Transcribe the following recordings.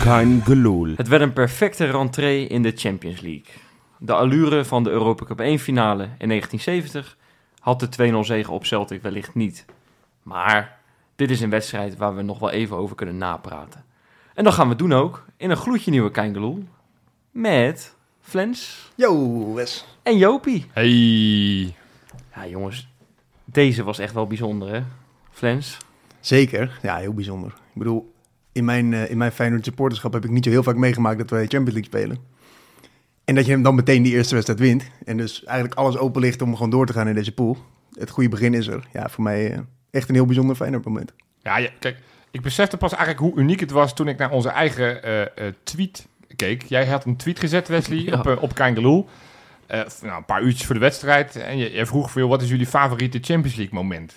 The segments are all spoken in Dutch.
Kein gelul. Het werd een perfecte rentree in de Champions League. De allure van de Europa Cup 1 finale in 1970 had de 2-0 zege op Celtic wellicht niet. Maar dit is een wedstrijd waar we nog wel even over kunnen napraten. En dat gaan we doen ook in een gloedje nieuwe Kein gelul met Flens Yo, Wes. en Jopie. Hey. Ja jongens, deze was echt wel bijzonder hè, Flens? Zeker, ja, heel bijzonder. Ik bedoel, in mijn Feyenoord supporterschap heb ik niet zo heel vaak meegemaakt dat wij Champions League spelen. En dat je hem dan meteen die eerste wedstrijd wint. En dus eigenlijk alles open ligt om gewoon door te gaan in deze pool. Het goede begin is er. Ja, voor mij echt een heel bijzonder Feyenoord moment. Ja, kijk, ik besefte pas eigenlijk hoe uniek het was toen ik naar onze eigen tweet keek. Jij had een tweet gezet, Wesley, Ja. op Kein gelul. Een paar uurtjes voor de wedstrijd. En jij vroeg veel, wat is jullie favoriete Champions League moment?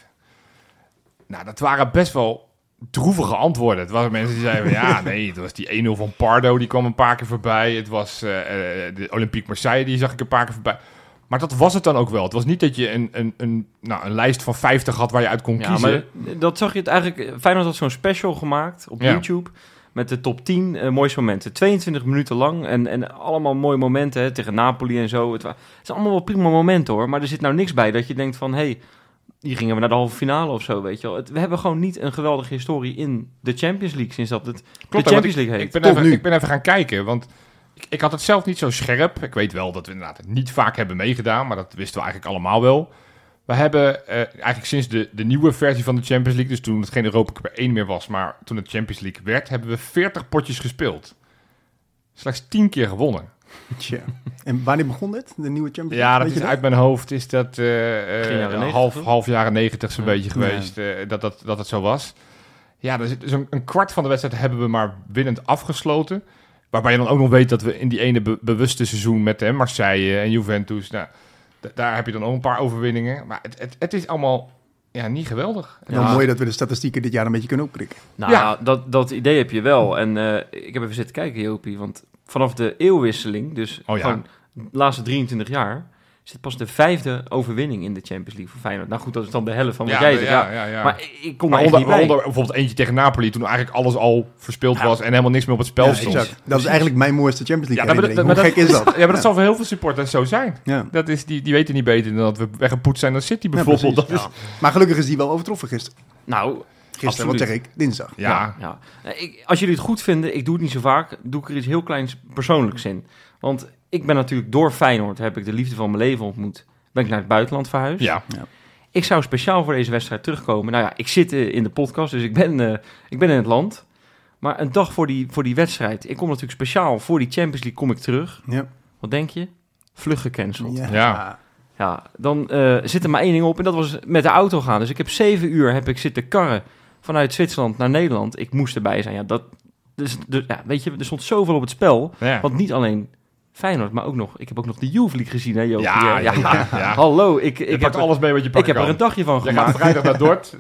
Nou, dat waren best wel droevige antwoorden. Het waren mensen die zeiden, het was die 1-0 van Pardo, die kwam een paar keer voorbij. Het was de Olympique Marseille, die zag ik een paar keer voorbij. Maar dat was het dan ook wel. Het was niet dat je een lijst van 50 had waar je uit kon kiezen. Maar dat zag je het eigenlijk. Feyenoord had zo'n special gemaakt op YouTube met de top 10 mooiste momenten. 22 minuten lang en allemaal mooie momenten hè, tegen Napoli en zo. Het zijn allemaal wel prima momenten hoor. Maar er zit nou niks bij dat je denkt van, hey, hier gingen we naar de halve finale of zo, weet je wel. We hebben gewoon niet een geweldige historie in de Champions League sinds dat het Klopt, de Champions League heet. Ik ben even gaan kijken, want ik had het zelf niet zo scherp. Ik weet wel dat we inderdaad niet vaak hebben meegedaan, maar dat wisten we eigenlijk allemaal wel. We hebben eigenlijk sinds de nieuwe versie van de Champions League, dus toen het geen Europa Cup 1 meer was, maar toen het Champions League werd, hebben we 40 potjes gespeeld. Slechts 10 keer gewonnen. Tja. En wanneer begon dit? De nieuwe Champions League? Ja, dat Weet is je uit mijn hoofd. Is dat jaren 90, half jaren 90 zo'n beetje geweest dat het zo was. Ja, dus een kwart van de wedstrijd hebben we maar winnend afgesloten. Waarbij je dan ook nog weet dat we in die ene bewuste seizoen met Marseille en Juventus... Nou, daar heb je dan ook een paar overwinningen. Maar het is allemaal niet geweldig. Wel mooi dat we de statistieken dit jaar een beetje kunnen opkrikken. Nou, Ja. dat idee heb je wel. En ik heb even zitten kijken, Jopie, want vanaf de eeuwwisseling, dus gewoon de laatste 23 jaar, is het pas de 5e overwinning in de Champions League voor Feyenoord. Nou goed, dat is dan de helft van wat jij zegt. Ja. Maar ik kom er echt niet bij. Waaronder bijvoorbeeld eentje tegen Napoli, toen eigenlijk alles al verspeeld was en helemaal niks meer op het spel stond. Exact. Dat is eigenlijk mijn mooiste Champions League Ja, herinnering. Hoe gek is dat? Ja, maar dat zal voor heel veel supporters zo zijn. Ja. Dat is, die weten niet beter dan dat we weggepoetst zijn door City bijvoorbeeld. precies. Dat is, Maar gelukkig is die wel overtroffen gisteren. Nou, Gisteren, absoluut. wat zeg ik? Dinsdag. ja. Als jullie het goed vinden, ik doe het niet zo vaak, doe ik er iets heel kleins persoonlijks in. Want ik ben natuurlijk door Feyenoord, heb ik de liefde van mijn leven ontmoet, ben ik naar het buitenland verhuisd. Ja. Ik zou speciaal voor deze wedstrijd terugkomen. Nou ja, ik zit in de podcast, dus ik ben in het land. Maar een dag voor die wedstrijd, ik kom natuurlijk speciaal voor die Champions League, kom ik terug. Ja. Wat denk je? Vlug gecanceld. Ja. Ja, dan zit er maar één ding op en dat was met de auto gaan. Dus ik heb 7 uur zitten karren vanuit Zwitserland naar Nederland. Ik moest erbij zijn. Ja, weet je, er stond zoveel op het spel. Ja. Want niet alleen Feyenoord, maar ik heb ook nog de Youth League gezien, hè Joopie? Ja. Hallo, Je pakt alles mee wat je ik pakken heb er kan. een dagje van Je gemaakt. gaat vrijdag naar Dort.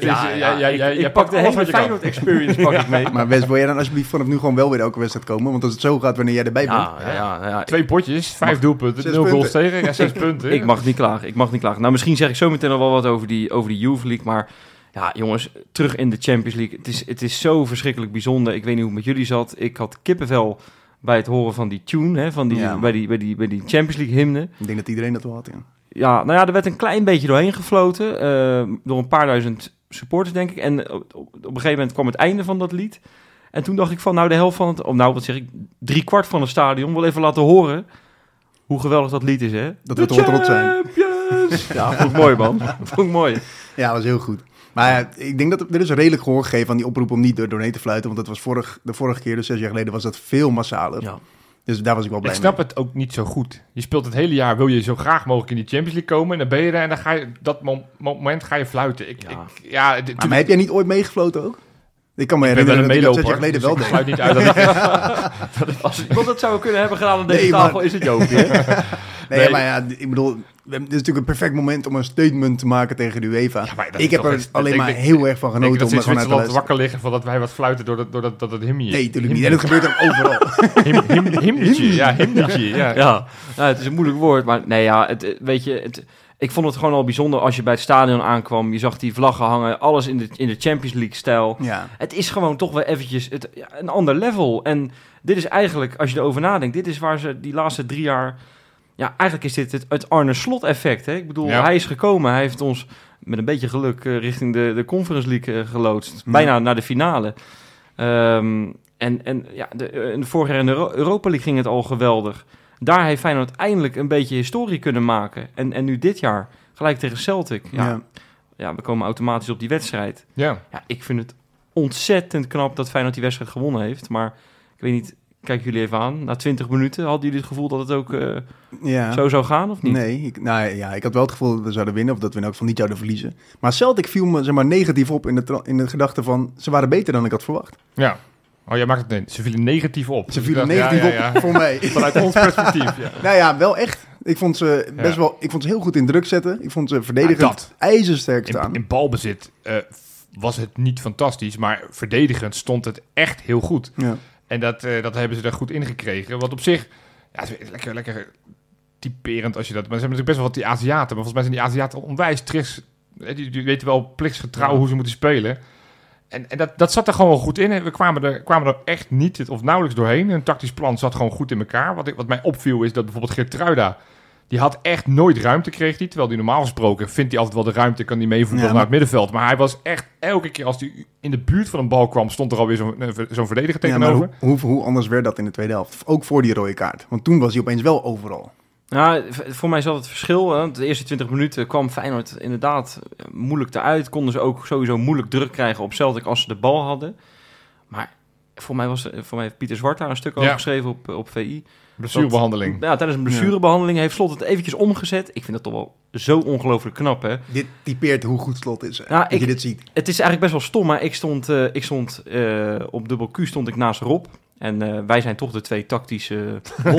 Ik pak de hele Feyenoord experience pak ik mee. Maar Wes, wil jij dan alsjeblieft vanaf nu gewoon wel weer elke wedstrijd komen? Want als het zo gaat wanneer jij erbij bent... Ja. 2 potjes, 5 doelpunten, 6 0 goals punten. tegen. Ja, 6 punten. Ik mag niet klagen. Nou, misschien zeg ik zo meteen nog wel wat over die Youth League, maar ja, jongens, terug in de Champions League. Het is zo verschrikkelijk bijzonder. Ik weet niet hoe het met jullie zat. Ik had kippenvel bij het horen van die tune, hè, bij die Champions League hymne. Ik denk dat iedereen dat wel had, ja. Ja, nou ja, er werd een klein beetje doorheen gefloten. Door een paar duizend supporters, denk ik. En op een gegeven moment kwam het einde van dat lied. En toen dacht ik van, de helft van het... wat zeg ik? 3/4 van het stadion wil even laten horen hoe geweldig dat lied is, hè? Dat we toch trots zijn. Champions! Ja, vond ik mooi, man. Vond ik mooi. Ja, dat was heel goed. Maar ja, ik denk dat er is redelijk gehoor gegeven aan die oproep om niet doorheen te fluiten. Want dat was de vorige keer, dus 6 jaar geleden, was dat veel massaler. Ja. Dus daar was ik wel blij Ik snap het ook niet zo goed. Je speelt het hele jaar, wil je zo graag mogelijk in die Champions League komen. En dan ben je er en dan ga je dat moment ga je fluiten. Maar heb jij niet ooit meegefloten ook? Ik kan me Ik ben wel herinneren een dat ik dat 6 jaar meeloper, geleden dus wel ik deed. sluit niet uit dat ik... Als iemand dat zou kunnen hebben gedaan aan deze Nee, tafel, maar- is het Joopie, hè? Nee, maar ja, ik bedoel, dit is natuurlijk een perfect moment om een statement te maken tegen de UEFA. Ja, maar dat Ik is heb toch er echt- alleen ik maar denk- heel erg van Ik denk genoten dat om ze er in gewoon naar te Zwitserland luisteren. wakker liggen voordat wij wat fluiten doordat het hymnje is. Nee, natuurlijk niet. En dat gebeurt ook overal. Hymnetje, ja, hymnetje. Ja. Ja, het is een moeilijk woord, maar nee, ja, weet je, ik vond het gewoon al bijzonder als je bij het stadion aankwam. Je zag die vlaggen hangen, alles in de Champions League-stijl. Ja. Het is gewoon toch wel eventjes een ander level. En dit is eigenlijk, als je erover nadenkt, dit is waar ze die laatste 3 jaar... Ja, eigenlijk is dit het Arne Slot-effect. Hè? Ik bedoel, hij is gekomen, hij heeft ons met een beetje geluk richting de Conference League geloodst. Bijna naar de finale. In de vorig jaar in de Europa League ging het al geweldig. Daar heeft Feyenoord eindelijk een beetje historie kunnen maken. En nu dit jaar, gelijk tegen Celtic. Ja, we komen automatisch op die wedstrijd. Ja, ik vind het ontzettend knap dat Feyenoord die wedstrijd gewonnen heeft. Maar ik weet niet, kijken jullie even aan. Na 20 minuten hadden jullie het gevoel dat het ook zo zou gaan, of niet? Nee, ik had wel het gevoel dat we zouden winnen... of dat we in elk geval niet zouden verliezen. Maar Celtic viel me zeg maar, negatief op in de gedachte van... ze waren beter dan ik had verwacht. Ja. Oh, jij maakt het niet. Ze vielen negatief op. Ze vielen negatief op voor mij. Vanuit ons perspectief, ja. Nou ja, wel echt. Ik vond ze best wel... Ik vond ze heel goed in druk zetten. Ik vond ze verdedigend ijzersterk staan. In balbezit was het niet fantastisch... maar verdedigend stond het echt heel goed. Ja. En dat hebben ze er goed in gekregen. Wat op zich... Ja, is lekker typerend als je dat... Maar ze hebben natuurlijk best wel wat die Aziaten. Maar volgens mij zijn die Aziaten onwijs trigs. Die weten wel plichtsgetrouw hoe ze moeten spelen. En dat zat er gewoon wel goed in. En we kwamen er echt niet of nauwelijks doorheen. Een tactisch plan zat gewoon goed in elkaar. Wat mij opviel is dat bijvoorbeeld Geertruida... die had echt nooit ruimte, kreeg hij. Terwijl hij normaal gesproken vindt hij altijd wel de ruimte... kan hij meevoetballen naar het middenveld. Maar hij was echt elke keer als hij in de buurt van een bal kwam... stond er alweer zo'n verdediger tegenover. Maar hoe anders werd dat in de tweede helft? Ook voor die rode kaart. Want toen was hij opeens wel overal. Nou, voor mij zat het verschil. Hè. De eerste 20 minuten kwam Feyenoord inderdaad moeilijk eruit. Konden ze ook sowieso moeilijk druk krijgen op Celtic als ze de bal hadden. Maar voor mij heeft Pieter Zwart daar een stuk over geschreven op VI. Blessurebehandeling. Tijdens een blessurebehandeling heeft Slot het eventjes omgezet. Ik vind dat toch wel zo ongelooflijk knap, hè? Dit typeert hoe goed Slot is, dat je dit ziet. Het is eigenlijk best wel stom, maar ik stond op dubbel Q stond ik naast Rob. En wij zijn toch de 2 tactische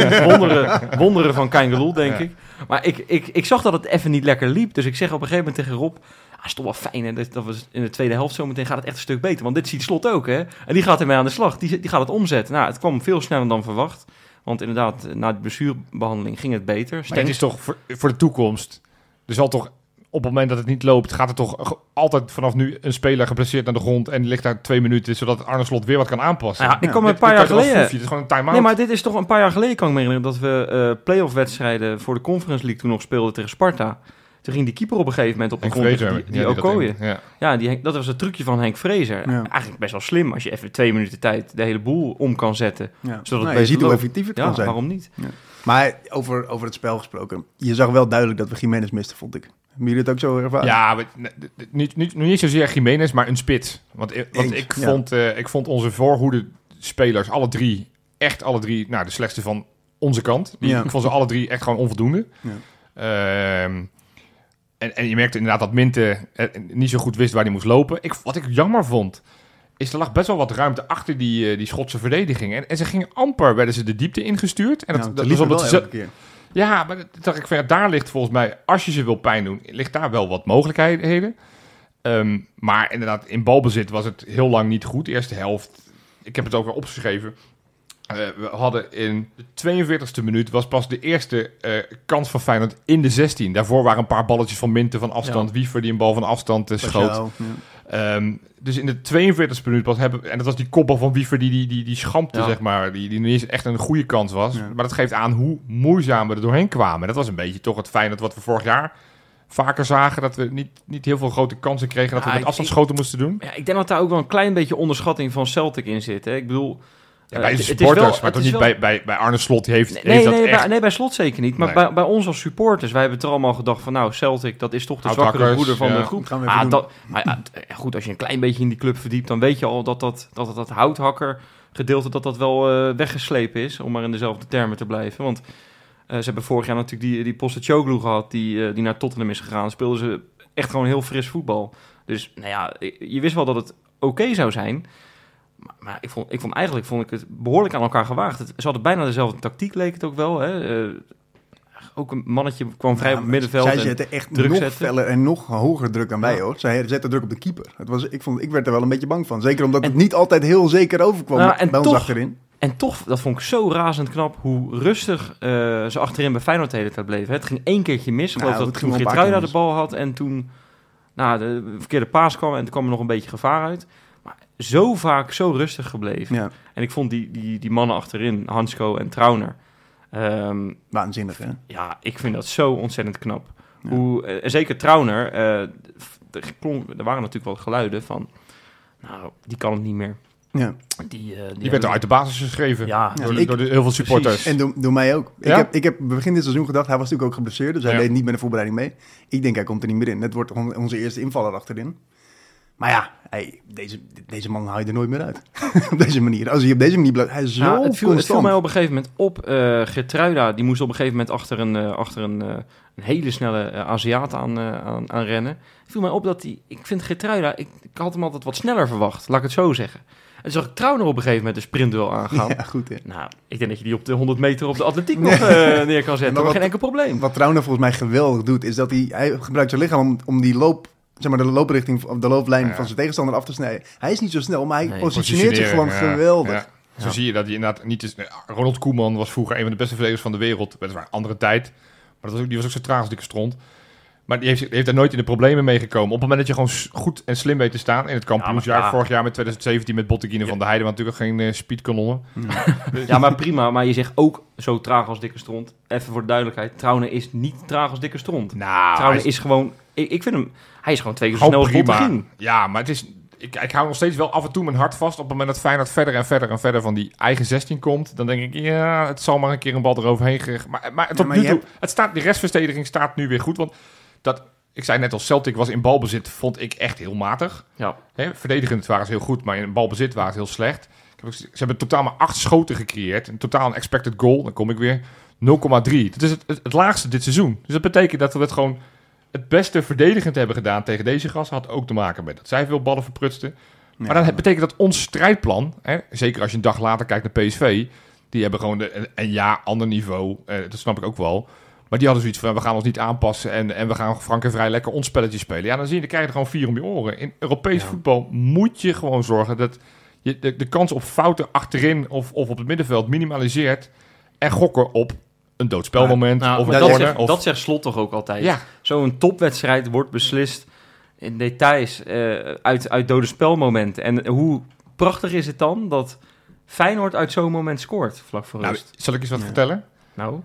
wonderen van Kangeloel, denk ik. Maar ik zag dat het even niet lekker liep. Dus ik zeg op een gegeven moment tegen Rob... is toch wel fijn, hè? Dat we in de tweede helft zometeen gaat het echt een stuk beter. Want dit ziet Slot ook, hè? En die gaat ermee aan de slag. Die gaat het omzetten. Nou, het kwam veel sneller dan verwacht. Want inderdaad, na de blessurebehandeling ging het beter. Maar het is toch voor de toekomst... Er zal toch... Op het moment dat het niet loopt, gaat er toch altijd vanaf nu een speler geblesseerd naar de grond en ligt daar 2 minuten, zodat Arne Slot weer wat kan aanpassen. Ja, ik kwam een paar jaar geleden. Het is gewoon een time-out. Nee, maar dit is toch een paar jaar geleden, kan ik me herinneren, dat we play-off wedstrijden voor de Conference League toen nog speelden tegen Sparta. Toen ging die keeper op een gegeven moment op de grond. Die Okoye. Dat was het trucje van Henk Vrezer. Ja. Eigenlijk best wel slim als je even 2 minuten tijd de hele boel om kan zetten. Ja. Zodat je ziet hoe effectief het kan zijn. Waarom niet? Ja. Maar over het spel gesproken. Je zag wel duidelijk dat we Jiménez misten, vond ik. Hebben jullie het ook zo ervaren? Ja, niet zozeer Jiménez, maar een spits. Want ik vond onze voorhoede spelers, alle drie, nou, de slechtste van onze kant. Ik vond ze alle 3 echt gewoon onvoldoende. Ja. En je merkte inderdaad dat Minte niet zo goed wist waar hij moest lopen. Wat ik jammer vond, is er lag best wel wat ruimte achter die Schotse verdediging. En ze gingen werden ze de diepte ingestuurd. En dat liep wel elke keer. Ja, maar dacht ik, daar ligt volgens mij, als je ze wil pijn doen, ligt daar wel wat mogelijkheden. Maar inderdaad, in balbezit was het heel lang niet goed. Eerste helft, ik heb het ook weer opgeschreven. We hadden in de 42e minuut was pas de eerste kans van Feyenoord in de 16. Daarvoor waren een paar balletjes van Minte van afstand. Ja. Wiever die een bal van afstand schoot. Dus in de 42e minuut pas en dat was die kopbal van Wiever die schampte, zeg maar. Die niet eens echt een goede kans was. Ja. Maar dat geeft aan hoe moeizaam we er doorheen kwamen. Dat was een beetje toch het Feyenoord wat we vorig jaar vaker zagen, dat we niet heel veel grote kansen kregen, dat we met afstandsschoten moesten doen. Ja, ik denk dat daar ook wel een klein beetje onderschatting van Celtic in zit. Hè? Ik bedoel... Ja, bij de supporters, maar toch niet bij Arne Slot heeft dat echt... bij Slot zeker niet. Maar bij ons als supporters, wij hebben het er allemaal gedacht van... nou, Celtic, dat is toch de zwakkere broeder van de groep. Goed, als je een klein beetje in die club verdiept... dan weet je al dat houthakker gedeelte... dat wel weggeslepen is, om maar in dezelfde termen te blijven. Want ze hebben vorig jaar natuurlijk die Postecoglou gehad... die naar Tottenham is gegaan. Speelden ze echt gewoon heel fris voetbal. Dus nou ja, je wist wel dat het oké zou zijn... Maar ik vond het behoorlijk aan elkaar gewaagd. Ze hadden bijna dezelfde tactiek, leek het ook wel. Hè? Ook een mannetje kwam vrij op het middenveld. Zij zetten echt nog feller en nog hoger druk dan wij, hoor. Zij zetten druk op de keeper. Ik werd er wel een beetje bang van. Zeker omdat het niet altijd heel zeker overkwam bij ons achterin. En toch, dat vond ik zo razend knap, hoe rustig ze achterin bij Feyenoord de hele tijd bleven. Het ging 1 keertje mis. Ik geloof dat toen Geertruida de bal had en toen de verkeerde paas kwam en toen kwam er nog een beetje gevaar uit. Maar zo vaak, zo rustig gebleven. Ja. En ik vond die mannen achterin, Hansko en Trauner. Waanzinnig, hè? Ja, ik vind dat zo ontzettend knap. Ja. Hoe, zeker Trauner, er waren natuurlijk wel geluiden van, nou, die kan het niet meer. Ja. Die werd er uit de basis geschreven door heel veel supporters. Precies. En door mij ook. Ja? Ik heb begin dit seizoen gedacht, hij was natuurlijk ook geblesseerd, dus hij Ja. deed niet met de voorbereiding mee. Ik denk, hij komt er niet meer in. Het wordt onze eerste invaller achterin. Maar ja, deze man haal je er nooit meer uit. Op deze manier. Als hij op deze manier blijft, hij is zo het viel constant. mij op een gegeven moment op. Geertruida, die moest op een gegeven moment achter een hele snelle Aziat aan rennen. Het viel mij op dat ik vind Geertruida, ik had hem altijd wat sneller verwacht, laat ik het zo zeggen. En toen zag ik Trauner op een gegeven moment een sprintduel aangaan. Ja, goed, hè. Nou, ik denk dat je die op de 100 meter op de atletiek nog neer kan zetten. Maar geen enkel probleem. Wat Trauner volgens mij geweldig doet, is dat hij gebruikt zijn lichaam om die loop, zeg maar de looprichting of de looplijn van zijn tegenstander af te snijden. Hij is niet zo snel, maar hij positioneert zich gewoon geweldig. Ja. Zo zie je dat hij inderdaad niet is. Ronald Koeman was vroeger een van de beste verdedigers van de wereld. Weliswaar een andere tijd. Maar die was ook zo traag als dikke stront. Maar die heeft daar nooit in de problemen meegekomen. Op het moment dat je gewoon goed en slim weet te staan. In het kampioensjaar, vorig jaar met 2017 met Botteguine van der Heijden. Want natuurlijk geen speedkanonnen. Ja, maar prima. Maar je zegt ook zo traag als dikke stront. Even voor de duidelijkheid. Trauner is niet traag als dikke stront. Nou, Trauner is gewoon... Ik vind hem... Hij is gewoon 2 keer zo snel als Botteguine. Ja, maar het is... Ik hou nog steeds wel af en toe mijn hart vast. Op het moment dat Feyenoord verder en verder en verder van die eigen 16 komt. Dan denk ik, ja, het zal maar een keer een bal eroverheen gericht. Maar tot nu toe... De restverdediging staat nu weer goed. Want ik zei net al, Celtic was in balbezit, vond ik echt heel matig. Ja. Verdedigend waren ze heel goed, maar in balbezit waren ze heel slecht. Ze hebben totaal maar 8 schoten gecreëerd. En totaal een expected goal, dan kom ik weer, 0,3. Dat is het laagste dit seizoen. Dus dat betekent dat we het gewoon het beste verdedigend hebben gedaan tegen deze gasten. Had ook te maken met dat zij veel ballen verprutsten. Ja. Maar dat betekent dat ons strijdplan, zeker als je een dag later kijkt naar PSV, die hebben gewoon een ander niveau. Dat snap ik ook wel. Maar die hadden zoiets van, we gaan ons niet aanpassen en we gaan frank en vrij lekker ons spelletje spelen. Ja, dan zie je, dan krijg je er gewoon 4 om je oren. In Europees voetbal moet je gewoon zorgen dat je de kans op fouten achterin of op het middenveld minimaliseert en gokken op een doodspelmoment of een corner. Dat zegt Slot toch ook altijd. Ja. Zo'n topwedstrijd wordt beslist in details uit dode spelmomenten. En hoe prachtig is het dan dat Feyenoord uit zo'n moment scoort vlak voor rust? Zal ik eens wat vertellen? Nou...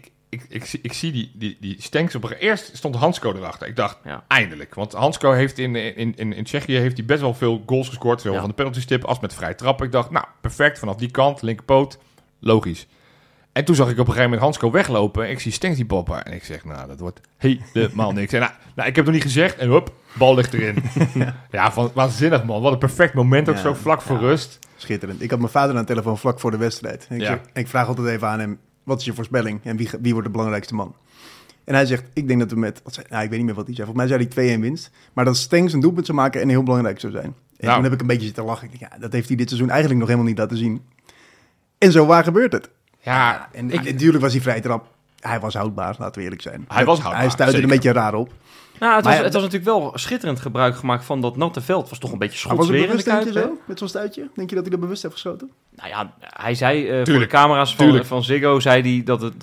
Ik zie die Stenks op... Eerst stond Hansko erachter. Ik dacht, eindelijk. Want Hansko heeft in Tsjechië heeft hij best wel veel goals gescoord. Zowel van de penaltystip als met vrij trappen. Ik dacht, nou, perfect. Vanaf die kant, linkerpoot. Logisch. En toen zag ik op een gegeven moment Hansko weglopen. Ik zie Stenks die poppen. En ik zeg, nou, dat wordt helemaal niks. En ik heb nog niet gezegd. En hop, bal ligt erin. Waanzinnig, man. Wat een perfect moment. Ook zo vlak voor rust. Schitterend. Ik had mijn vader aan de telefoon vlak voor de wedstrijd. En ik vraag altijd even aan hem, wat is je voorspelling? En wie wordt de belangrijkste man? En hij zegt, ik denk dat we met... ik weet niet meer wat hij zei. Volgens mij zei hij 2-1 winst. Maar dat Stenks een doelpunt zou maken en heel belangrijk zou zijn. En toen heb ik een beetje zitten lachen. Ik dacht, dat heeft hij dit seizoen eigenlijk nog helemaal niet laten zien. En zo waar gebeurt het. Ja, en natuurlijk was hij vrij trap. Hij was houdbaar, laten we eerlijk zijn. Hij was houdbaar, hij stuitte er een beetje raar op. Nou, het was natuurlijk wel schitterend gebruik gemaakt van dat natte veld. Het was toch een beetje schotsweer in de Kuip. Zo, met zo'n stuitje? Denk je dat hij dat bewust heeft geschoten? Nou ja, hij zei voor de camera's van Ziggo zei hij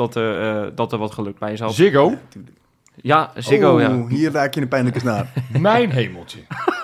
dat er wat geluk bij zou. Ziggo? Ja, Ziggo, Hier raak je een pijnlijke snaar. Mijn hemeltje.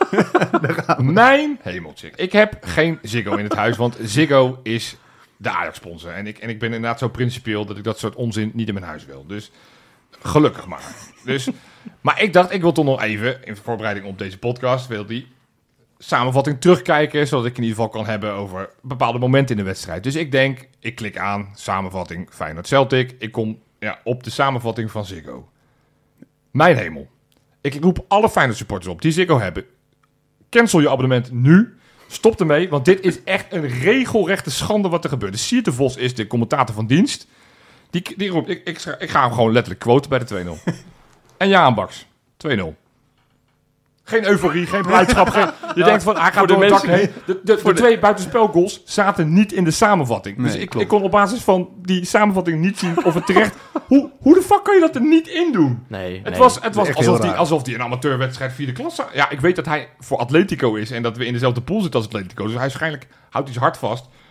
Mijn hemeltje. Ik heb geen Ziggo in het huis, want Ziggo is de Ajax-sponsor. En ik ben inderdaad zo principieel dat ik dat soort onzin niet in mijn huis wil. Dus gelukkig maar. Maar ik dacht, ik wil toch nog even, in voorbereiding op deze podcast, wil die samenvatting terugkijken, zodat ik in ieder geval kan hebben over bepaalde momenten in de wedstrijd. Dus ik denk, ik klik aan, samenvatting Feyenoord-Celtic. Ik kom op de samenvatting van Ziggo. Mijn hemel. Ik roep alle Feyenoord supporters op die Ziggo hebben. Cancel je abonnement nu. Stop ermee, want dit is echt een regelrechte schande wat er gebeurt. Siert de Vos is de commentator van dienst. Die roept, ik ga hem gewoon letterlijk quoten bij de 2-0. En Jaan Baks, 2-0. Geen euforie, geen blijdschap. Je denkt van, hij gaat door het dak heen. De 2 buitenspelgoals zaten niet in de samenvatting. Dus ik kon op basis van die samenvatting niet zien of het terecht... Hoe de fuck kan je dat er niet in doen? Het was alsof hij een amateurwedstrijd 4e klasse... Ja, ik weet dat hij voor Atletico is en dat we in dezelfde pool zitten als Atletico. Dus waarschijnlijk houdt hij zijn hart vast.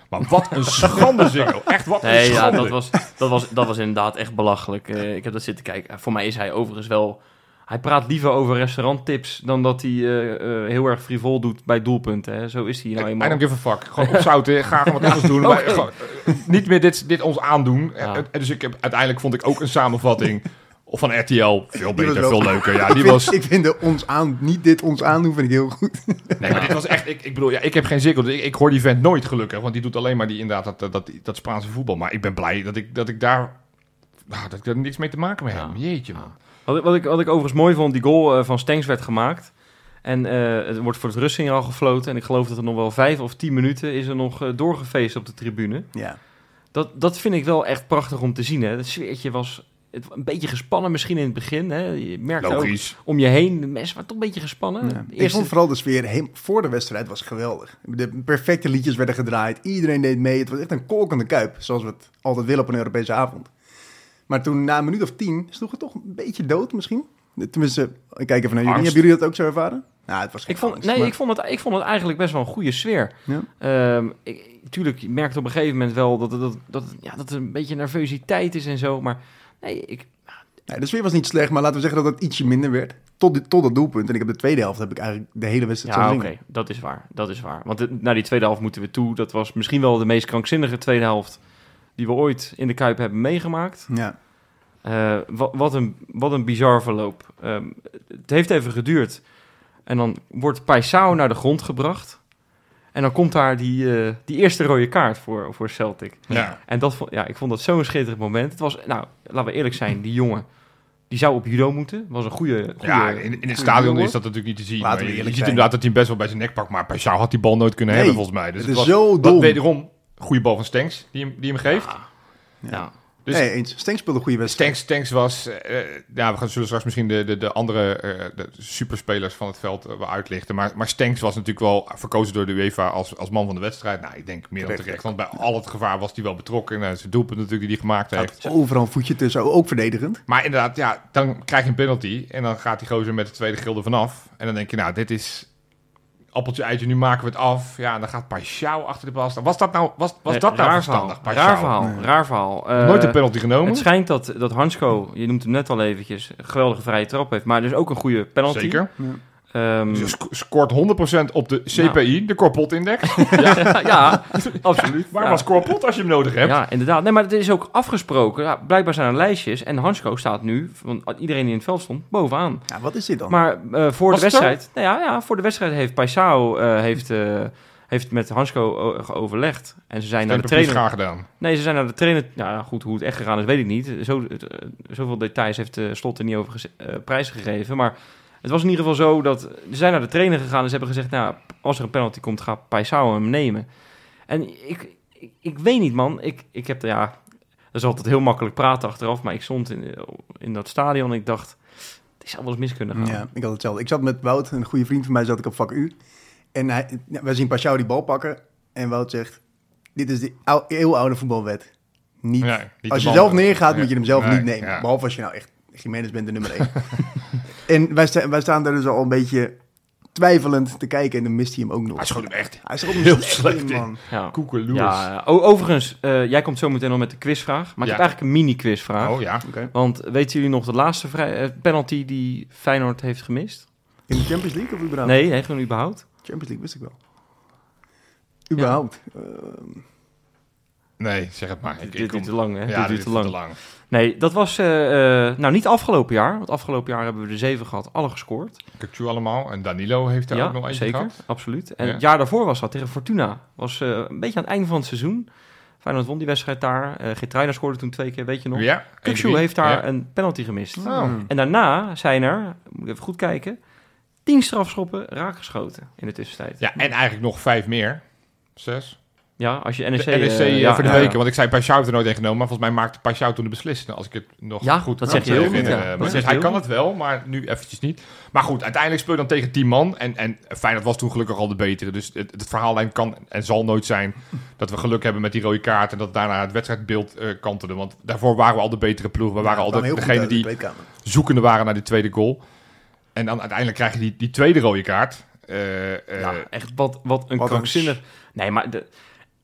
Maar wat een schande, Ziggo. Echt, wat een schande. Dat was inderdaad echt belachelijk. Ik heb dat zitten kijken. Voor mij is hij overigens wel... Hij praat liever over restauranttips dan dat hij heel erg frivol doet bij doelpunten. Hè. Zo is hij nou eenmaal. I don't give a fuck. Gewoon opzouten, ga wat anders doen. Okay. Maar, gewoon, niet meer dit ons aandoen. Ja. En dus uiteindelijk vond ik ook een samenvatting van RTL. Veel beter, veel leuker. Ja, Ik vind niet dit ons aandoen vind ik heel goed. Nee, maar dit was echt... Ik bedoel, ik heb geen Ziggo. Dus ik hoor die vent nooit gelukkig. Want die doet alleen maar dat Spaanse voetbal. Maar ik ben blij dat ik daar niks mee te maken mee heb. Jeetje, man. Wat ik overigens mooi vond, die goal van Stenks werd gemaakt. En het wordt voor het rustsignaal al gefloten. En ik geloof dat er nog wel 5 of 10 minuten is er nog doorgefeest op de tribune. Ja. Dat vind ik wel echt prachtig om te zien. Hè. Het sfeertje was een beetje gespannen misschien in het begin. Hè. Je merkte ook om je heen, de mensen waren toch een beetje gespannen. Ja. Ik vond vooral de sfeer voor de wedstrijd was geweldig. De perfecte liedjes werden gedraaid. Iedereen deed mee. Het was echt een kolkende kuip. Zoals we het altijd willen op een Europese avond. Maar toen na een minuut of 10 sloeg het toch een beetje dood misschien. Tenminste, ik kijk even naar jullie. Hebben jullie dat ook zo erveren? Nou, het was geen ik vond het eigenlijk best wel een goede sfeer. Ja. Tuurlijk, je merkt op een gegeven moment wel dat het een beetje nervositeit is en zo. Maar nee, de sfeer was niet slecht, maar laten we zeggen dat het ietsje minder werd. Tot dat doelpunt. En ik heb de tweede helft heb ik eigenlijk de hele wedstrijd zo gezien. Ja, oké, dat is waar. Want naar die tweede helft moeten we toe. Dat was misschien wel de meest krankzinnige tweede helft die we ooit in de Kuip hebben meegemaakt. Ja. Wat een bizar verloop. Het heeft even geduurd. En dan wordt Paisao naar de grond gebracht. En dan komt daar die eerste rode kaart voor Celtic. Ja. En ik vond dat zo'n schitterend moment. Het was, laten we eerlijk zijn, die jongen... Die zou op judo moeten. Was een goede ja, in het stadion is dat natuurlijk niet te zien. Maar je ziet inderdaad dat hij hem best wel bij zijn nek pakt. Maar Paisao had die bal nooit kunnen hebben, volgens mij. Dus het is zo dom. Wederom, goede bal van Stenks, die hem geeft. Ja. Dus, eens. Stenks speelde een goede wedstrijd. Stenks was... we zullen straks misschien de andere de superspelers van het veld uitlichten. Maar Stenks was natuurlijk wel verkozen door de UEFA als man van de wedstrijd. Nou, ik denk meer dan terecht. Want bij al het gevaar was hij wel betrokken. Zijn doelpunt natuurlijk die hij gemaakt heeft. Overal een voetje tussen, ook verdedigend. Maar inderdaad, dan krijg je een penalty. En dan gaat die gozer met de tweede gilde vanaf. En dan denk je, dit is... appeltje, eitje, nu maken we het af. Ja, en dan gaat Paisao achter de bal staan. Was dat nou verstandig? Raar verhaal. Nooit een penalty genomen. Het schijnt dat Hansko, je noemt hem net al eventjes, een geweldige vrije trap heeft, maar dus ook een goede penalty. Zeker. Dus scoort 100% op de CPI, de Corpot-index. Ja, absoluut. Waar was Corpot als je hem nodig hebt? Ja, inderdaad. Nee, maar het is ook afgesproken. Ja, blijkbaar zijn er lijstjes. En Hansko staat nu, want iedereen die in het veld stond, bovenaan. Ja, wat is dit dan? Maar voor de wedstrijd... voor de wedstrijd heeft Paisao heeft met Hansko overlegd. En ze zijn naar de trainer... graag gedaan. Nee, ze zijn naar de trainer... Nou goed, hoe het echt gegaan is, weet ik niet. Zoveel details heeft Slot er niet over prijs gegeven. Maar het was in ieder geval zo dat... Ze zijn naar de trainer gegaan en ze hebben gezegd... als er een penalty komt, gaat Paisao hem nemen. En ik weet niet, man. Ik heb... dat is altijd heel makkelijk praten achteraf. Maar ik stond in dat stadion en ik dacht... Het zou wel eens mis kunnen gaan. Ja, ik had hetzelfde. Ik zat met Wout, een goede vriend van mij, zat ik op vak U. En wij zien Paisao die bal pakken. En Wout zegt, dit is de eeuwenoude voetbalwet. Niet als je zelf neergaat, moet je hem zelf niet nemen. Ja. Behalve als je nou echt Jiménez bent de nummer 1. En wij staan daar dus al een beetje twijfelend te kijken. En dan mist hij hem ook nog. Hij schoot hem echt. Hij schoot hem heel slecht in, man. Ja. Koekeloers. Ja. Overigens, jij komt zo meteen nog met de quizvraag. Maar ik heb eigenlijk een mini-quizvraag. Oh ja. Okay. Want weten jullie nog de laatste penalty die Feyenoord heeft gemist? In de Champions League of überhaupt? Nee, gewoon überhaupt. Champions League wist ik wel. Überhaupt. Ja. Nee, zeg het maar. Dit duurt te lang, hè? Ja, dit duurt te lang. Nee, dat was niet afgelopen jaar. Want afgelopen jaar hebben we de 7 gehad, alle gescoord. Kukçu allemaal. En Danilo heeft er ook nog eentje gehad. Zeker, absoluut. En het jaar daarvoor was dat tegen Fortuna. Was een beetje aan het einde van het seizoen. Feyenoord won die wedstrijd daar. Geertruida scoorde toen 2 keer, weet je nog? Ja. Kukçu heeft daar een penalty gemist. Oh. En daarna zijn er, moet ik even goed kijken, 10 strafschoppen raakgeschoten in de tussentijd. Ja, en eigenlijk nog 5 meer. 6. Ja, als je NEC... voor de beker, want ik zei Paisao heeft er nooit in genomen, maar volgens mij maakte Paisao toen de beslissende, als ik het nog goed dat zeg je heel goed. Maar hij kan het wel, maar nu eventjes niet. Maar goed, uiteindelijk speel je dan tegen 10 man en Feyenoord was toen gelukkig al de betere, dus het verhaallijn kan en zal nooit zijn dat we geluk hebben met die rode kaart en dat daarna het wedstrijdbeeld kantelde, want daarvoor waren we al de betere ploeg, we waren al degene die zoekende waren naar die tweede goal. En dan uiteindelijk krijg je die tweede rode kaart. Echt wat een krankzinnig... Nee, maar...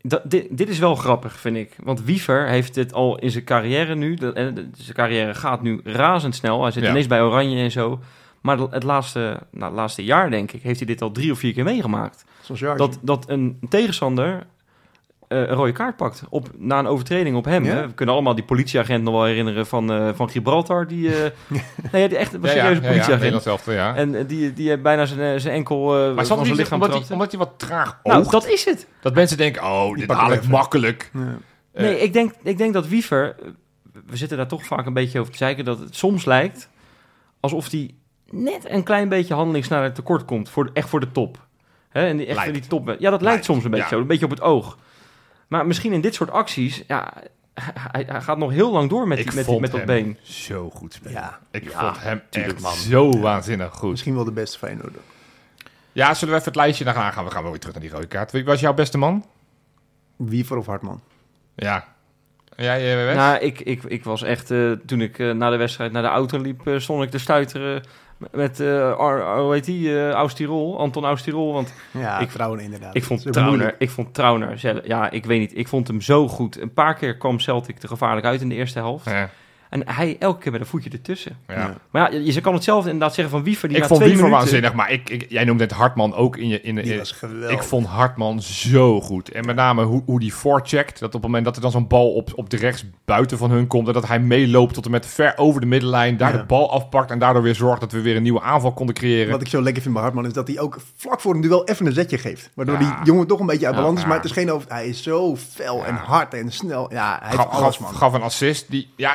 Dit is wel grappig, vind ik. Want Wiever heeft dit al in zijn carrière nu. Zijn carrière gaat nu razendsnel. Hij zit ineens bij Oranje en zo. Maar het laatste jaar, denk ik, heeft hij dit al 3 of 4 keer meegemaakt. Dat een tegenstander een rode kaart pakt na een overtreding op hem. Ja? Hè? We kunnen allemaal die politieagent nog wel herinneren van Gibraltar. Die echt een serieuze politieagent. En die heeft bijna zijn enkel van zijn lichaam omdat hij wat traag oogt. Nou, dat is het. Dat mensen denken, dit haal ik makkelijk. Ja. Nee, ik denk dat Wiever... We zitten daar toch vaak een beetje over te zeiken... dat het soms lijkt alsof hij net een klein beetje handelingssnelheid tekort komt. Echt voor de top. Hè? En die top. Ja, dat lijkt soms een beetje zo. Een beetje op het oog. Maar misschien in dit soort acties... Ja, hij gaat nog heel lang door met dat been. Zo goed spelen. Ja. Ik vond hem echt zo waanzinnig goed. Misschien wel de beste Feyenoorder. Ja, zullen we even het lijstje naar gaan? We gaan wel weer terug naar die rode kaart. Wie was jouw beste man? Wiever of Hartman? Ja. Ja, jij bent? Nou, ik was echt... toen ik na de wedstrijd naar de auto liep... stond ik te stuiteren... Met, hoe heet die? Anton Austirol. Want Trauner inderdaad. Ik vond Trauner zelf... Ja, ik weet niet. Ik vond hem zo goed. Een paar keer kwam Celtic er gevaarlijk uit in de eerste helft. Ja. En hij elke keer met een voetje ertussen. Ja. Maar ja, je kan hetzelfde inderdaad zeggen van Wiever. Ik vond Wiever waanzinnig, maar jij noemde het Hartman ook Die was geweldig. Ik vond Hartman zo goed. En met name hoe die voorcheckt. Dat op het moment dat er dan zo'n bal op de rechts buiten van hun komt... en dat hij meeloopt tot en met ver over de middenlijn... daar de bal afpakt en daardoor weer zorgt... dat we weer een nieuwe aanval konden creëren. Wat ik zo lekker vind bij Hartman is dat hij ook vlak voor een duel even een zetje geeft. Waardoor die jongen toch een beetje uit balans is. Maar het is geen over. Hij is zo fel en hard en snel. Ja, hij heeft alles, man. Gaf een assist.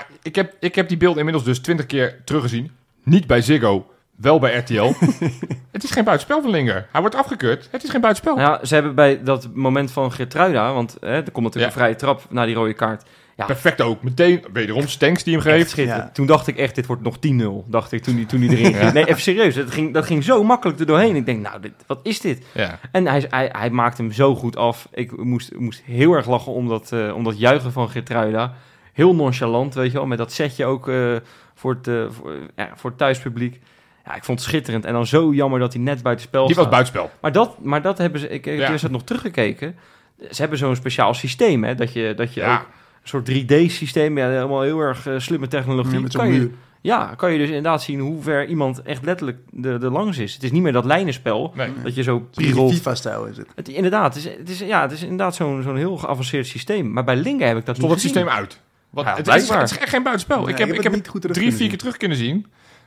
Ik heb die beelden inmiddels dus 20 keer teruggezien. Niet bij Ziggo, wel bij RTL. Het is geen buitenspel van Linger. Hij wordt afgekeurd. Het is geen buitenspel. Ja, ze hebben bij dat moment van Geertruida... want er komt natuurlijk een vrije trap naar die rode kaart... Ja. Perfect ook. Meteen wederom Stenks die hem geeft. Ja. Toen dacht ik echt, dit wordt nog 10-0. Dacht ik toen hij erin ging. Nee, even serieus. Dat ging zo makkelijk er doorheen. Ik denk, wat is dit? Ja. En hij maakte hem zo goed af. Ik moest heel erg lachen om dat juichen van Geertruida. Heel nonchalant, weet je wel. Met dat setje ook voor het thuispubliek. Ja, ik vond het schitterend. En dan zo jammer dat hij net buitenspel staat. Die was buitenspel. Maar dat hebben ze... Ik heb het nog teruggekeken. Ze hebben zo'n speciaal systeem, hè. Dat je ook... Een soort 3D-systeem, helemaal heel erg slimme technologie. Kan je dus inderdaad zien hoe ver iemand echt letterlijk de langs is. Het is niet meer dat lijnenspel, dat je zo priegelt. FIFA-stijl is het. Inderdaad, het is inderdaad zo'n heel geavanceerd systeem. Maar bij Linger heb ik dat niet gezien. Het systeem uit. Het is echt geen buitenspel. Nee, ik heb het 3-4 keer terug kunnen zien.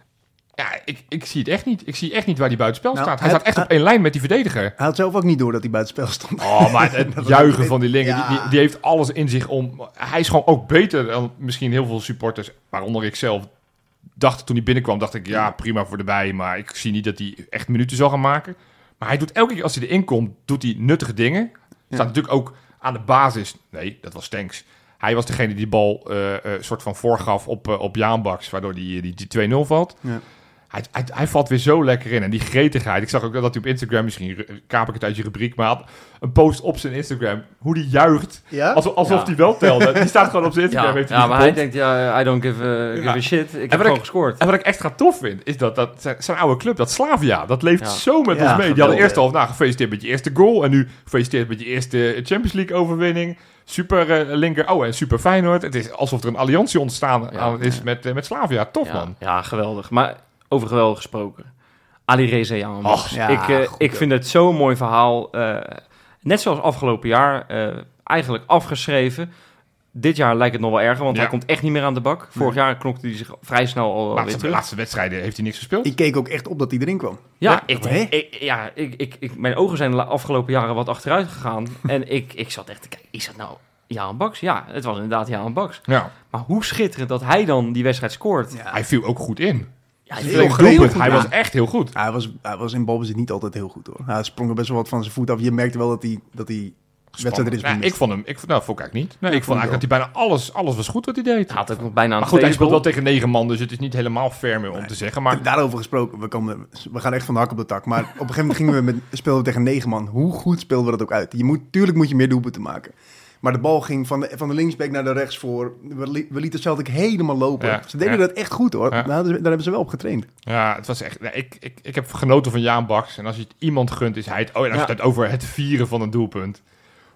Ja, ik zie het echt niet. Ik zie echt niet waar die buitenspel staat. Hij staat echt op één lijn met die verdediger. Hij had zelf ook niet door dat hij buitenspel stond. Oh, maar het juichen van die Linger, die heeft alles in zich om... Hij is gewoon ook beter dan misschien heel veel supporters, waaronder ik zelf, dacht toen hij binnenkwam, dacht ik, prima voor erbij, maar ik zie niet dat hij echt minuten zal gaan maken. Maar hij doet elke keer als hij erin komt, doet hij nuttige dingen. Staat natuurlijk ook aan de basis... Nee, dat was Stenks. Hij was degene die de bal soort van voorgaf op Jaan Baks, waardoor die 2-0 valt. Ja. Hij valt weer zo lekker in. En die gretigheid. Ik zag ook dat hij op Instagram, misschien kaap ik het uit je rubriek, maar had een post op zijn Instagram. Hoe die juicht. Ja? Alsof hij wel telde. Die staat gewoon op zijn Instagram. Maar hij denkt, I don't give a shit. Ik heb gewoon gescoord. En wat ik extra tof vind, is dat zijn oude club, dat Slavia, dat leeft zo met ons mee. Die hadden eerst al gefeliciteerd met je eerste goal. En nu gefeliciteerd met je eerste Champions League overwinning. Super Linker. Oh, en super Feyenoord. Het is alsof er een alliantie ontstaan is met Slavia. Tof, man. Ja, geweldig. Maar... Over geweldig gesproken. Ali Reza Jan. Ik vind het zo'n mooi verhaal. Net zoals afgelopen jaar. Eigenlijk afgeschreven. Dit jaar lijkt het nog wel erger, want hij komt echt niet meer aan de bak. Vorig jaar knokte hij zich vrij snel al weer terug. De laatste wedstrijden heeft hij niks gespeeld. Ik keek ook echt op dat hij erin kwam. Mijn ogen zijn de afgelopen jaren wat achteruit gegaan. En ik zat echt te kijken. Is dat nou Jaan Baks? Ja, het was inderdaad Jaan Baks. Ja. Maar hoe schitterend dat hij dan die wedstrijd scoort. Ja. Hij viel ook goed in. Ja, hij was echt heel goed. Hij was in balbezit niet altijd heel goed, hoor. Hij sprong er best wel wat van zijn voet af. Je merkte wel dat hij wedstrijd er is. Ja, ik vond ik eigenlijk niet. Nee, ik vond eigenlijk dat hij bijna alles was goed wat hij deed. Hij had ook nog bijna maar goed, hij speelt wel tegen 9 man, dus het is niet helemaal fair meer om te zeggen. Maar daarover gesproken, we gaan echt van de hak op de tak. Maar op een gegeven moment speelden we tegen 9 man. Hoe goed speelden we dat ook uit? Tuurlijk moet je meer doelpunten maken. Maar de bal ging van de linksback naar de rechtsvoor. We lieten Celtic helemaal lopen. Ja, ze deden dat echt goed, hoor. Ja. Daar hebben ze wel op getraind. Ja, het was echt... Ik heb genoten van Jaan Baks. En als je het iemand gunt, is hij het... Oh, en als je het over het vieren van een doelpunt.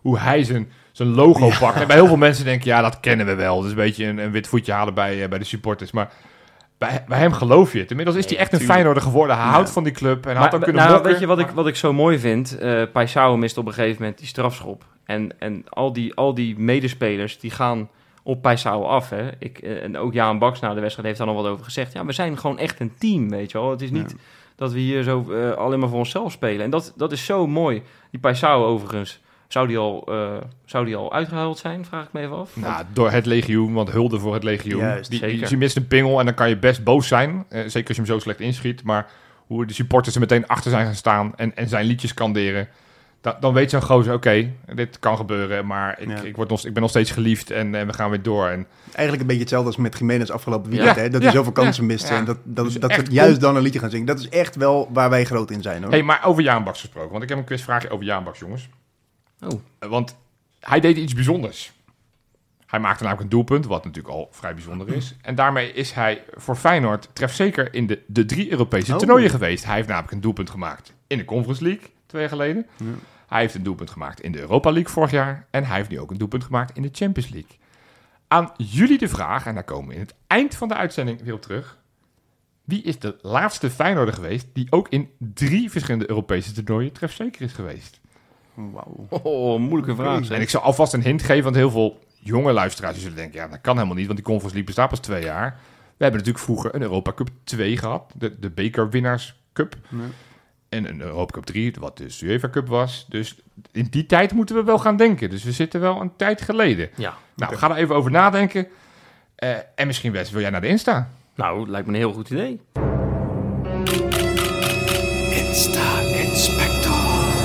hoe hij zijn logo pakt. En bij heel veel mensen denken, ja, dat kennen we wel. Dat is een beetje een wit voetje halen bij de supporters. Maar bij hem geloof je het. Inmiddels is hij echt een Feyenoorder geworden. Hij houdt van die club. En had ook kunnen mokken. Weet je wat ik zo mooi vind? Paisao mist op een gegeven moment die strafschop. En al die medespelers die gaan op Paisao af. Hè? En ook Jaan Baks na de wedstrijd heeft daar nog wat over gezegd. Ja, we zijn gewoon echt een team, weet je wel. Het is niet dat we hier zo alleen maar voor onszelf spelen. En dat is zo mooi. Die Paisao overigens, zou die al uitgehuild zijn? Vraag ik me even af. Nou, door het legioen, want hulde voor het legioen. Juist, zeker. Je mist een pingel en dan kan je best boos zijn. Zeker als je hem zo slecht inschiet. Maar hoe de supporters er meteen achter zijn gaan staan en zijn liedjes kanderen. Dan weet zo'n gozer, oké, dit kan gebeuren, maar ik ben nog steeds geliefd en we gaan weer door. En eigenlijk een beetje hetzelfde als met Jiménez afgelopen weekend, hè? Dat hij zoveel kansen miste en dat ze juist dan een liedje gaan zingen. Dat is echt wel waar wij groot in zijn, hoor. Hey, maar over Jaan Baks gesproken, want ik heb een quizvraagje over Jaan Baks, jongens. Oh. Want hij deed iets bijzonders. Hij maakte namelijk een doelpunt, wat natuurlijk al vrij bijzonder is. En daarmee is hij voor Feyenoord trefzeker in de 3 Europese toernooien geweest. Hij heeft namelijk een doelpunt gemaakt in de Conference League 2 jaar geleden. Ja. Hij heeft een doelpunt gemaakt in de Europa League vorig jaar. En hij heeft nu ook een doelpunt gemaakt in de Champions League. Aan jullie de vraag, en daar komen we in het eind van de uitzending weer op terug. Wie is de laatste Feyenoorder geweest die ook in 3 verschillende Europese toernooien trefzeker is geweest? Wauw. Oh, moeilijke vraag. En ik zal alvast een hint geven, want heel veel jonge luisteraars zullen denken, ja, dat kan helemaal niet, want die Conference League bestaat pas 2 jaar. We hebben natuurlijk vroeger een Europa Cup 2 gehad, de bekerwinnaars Cup. Nee. En een Europa Cup 3, wat de UEFA Cup was. Dus in die tijd moeten we wel gaan denken. Dus we zitten wel een tijd geleden. Ja. Nou, ga er even over nadenken. En misschien best wil jij naar de Insta. Nou, lijkt me een heel goed idee. Insta-inspector.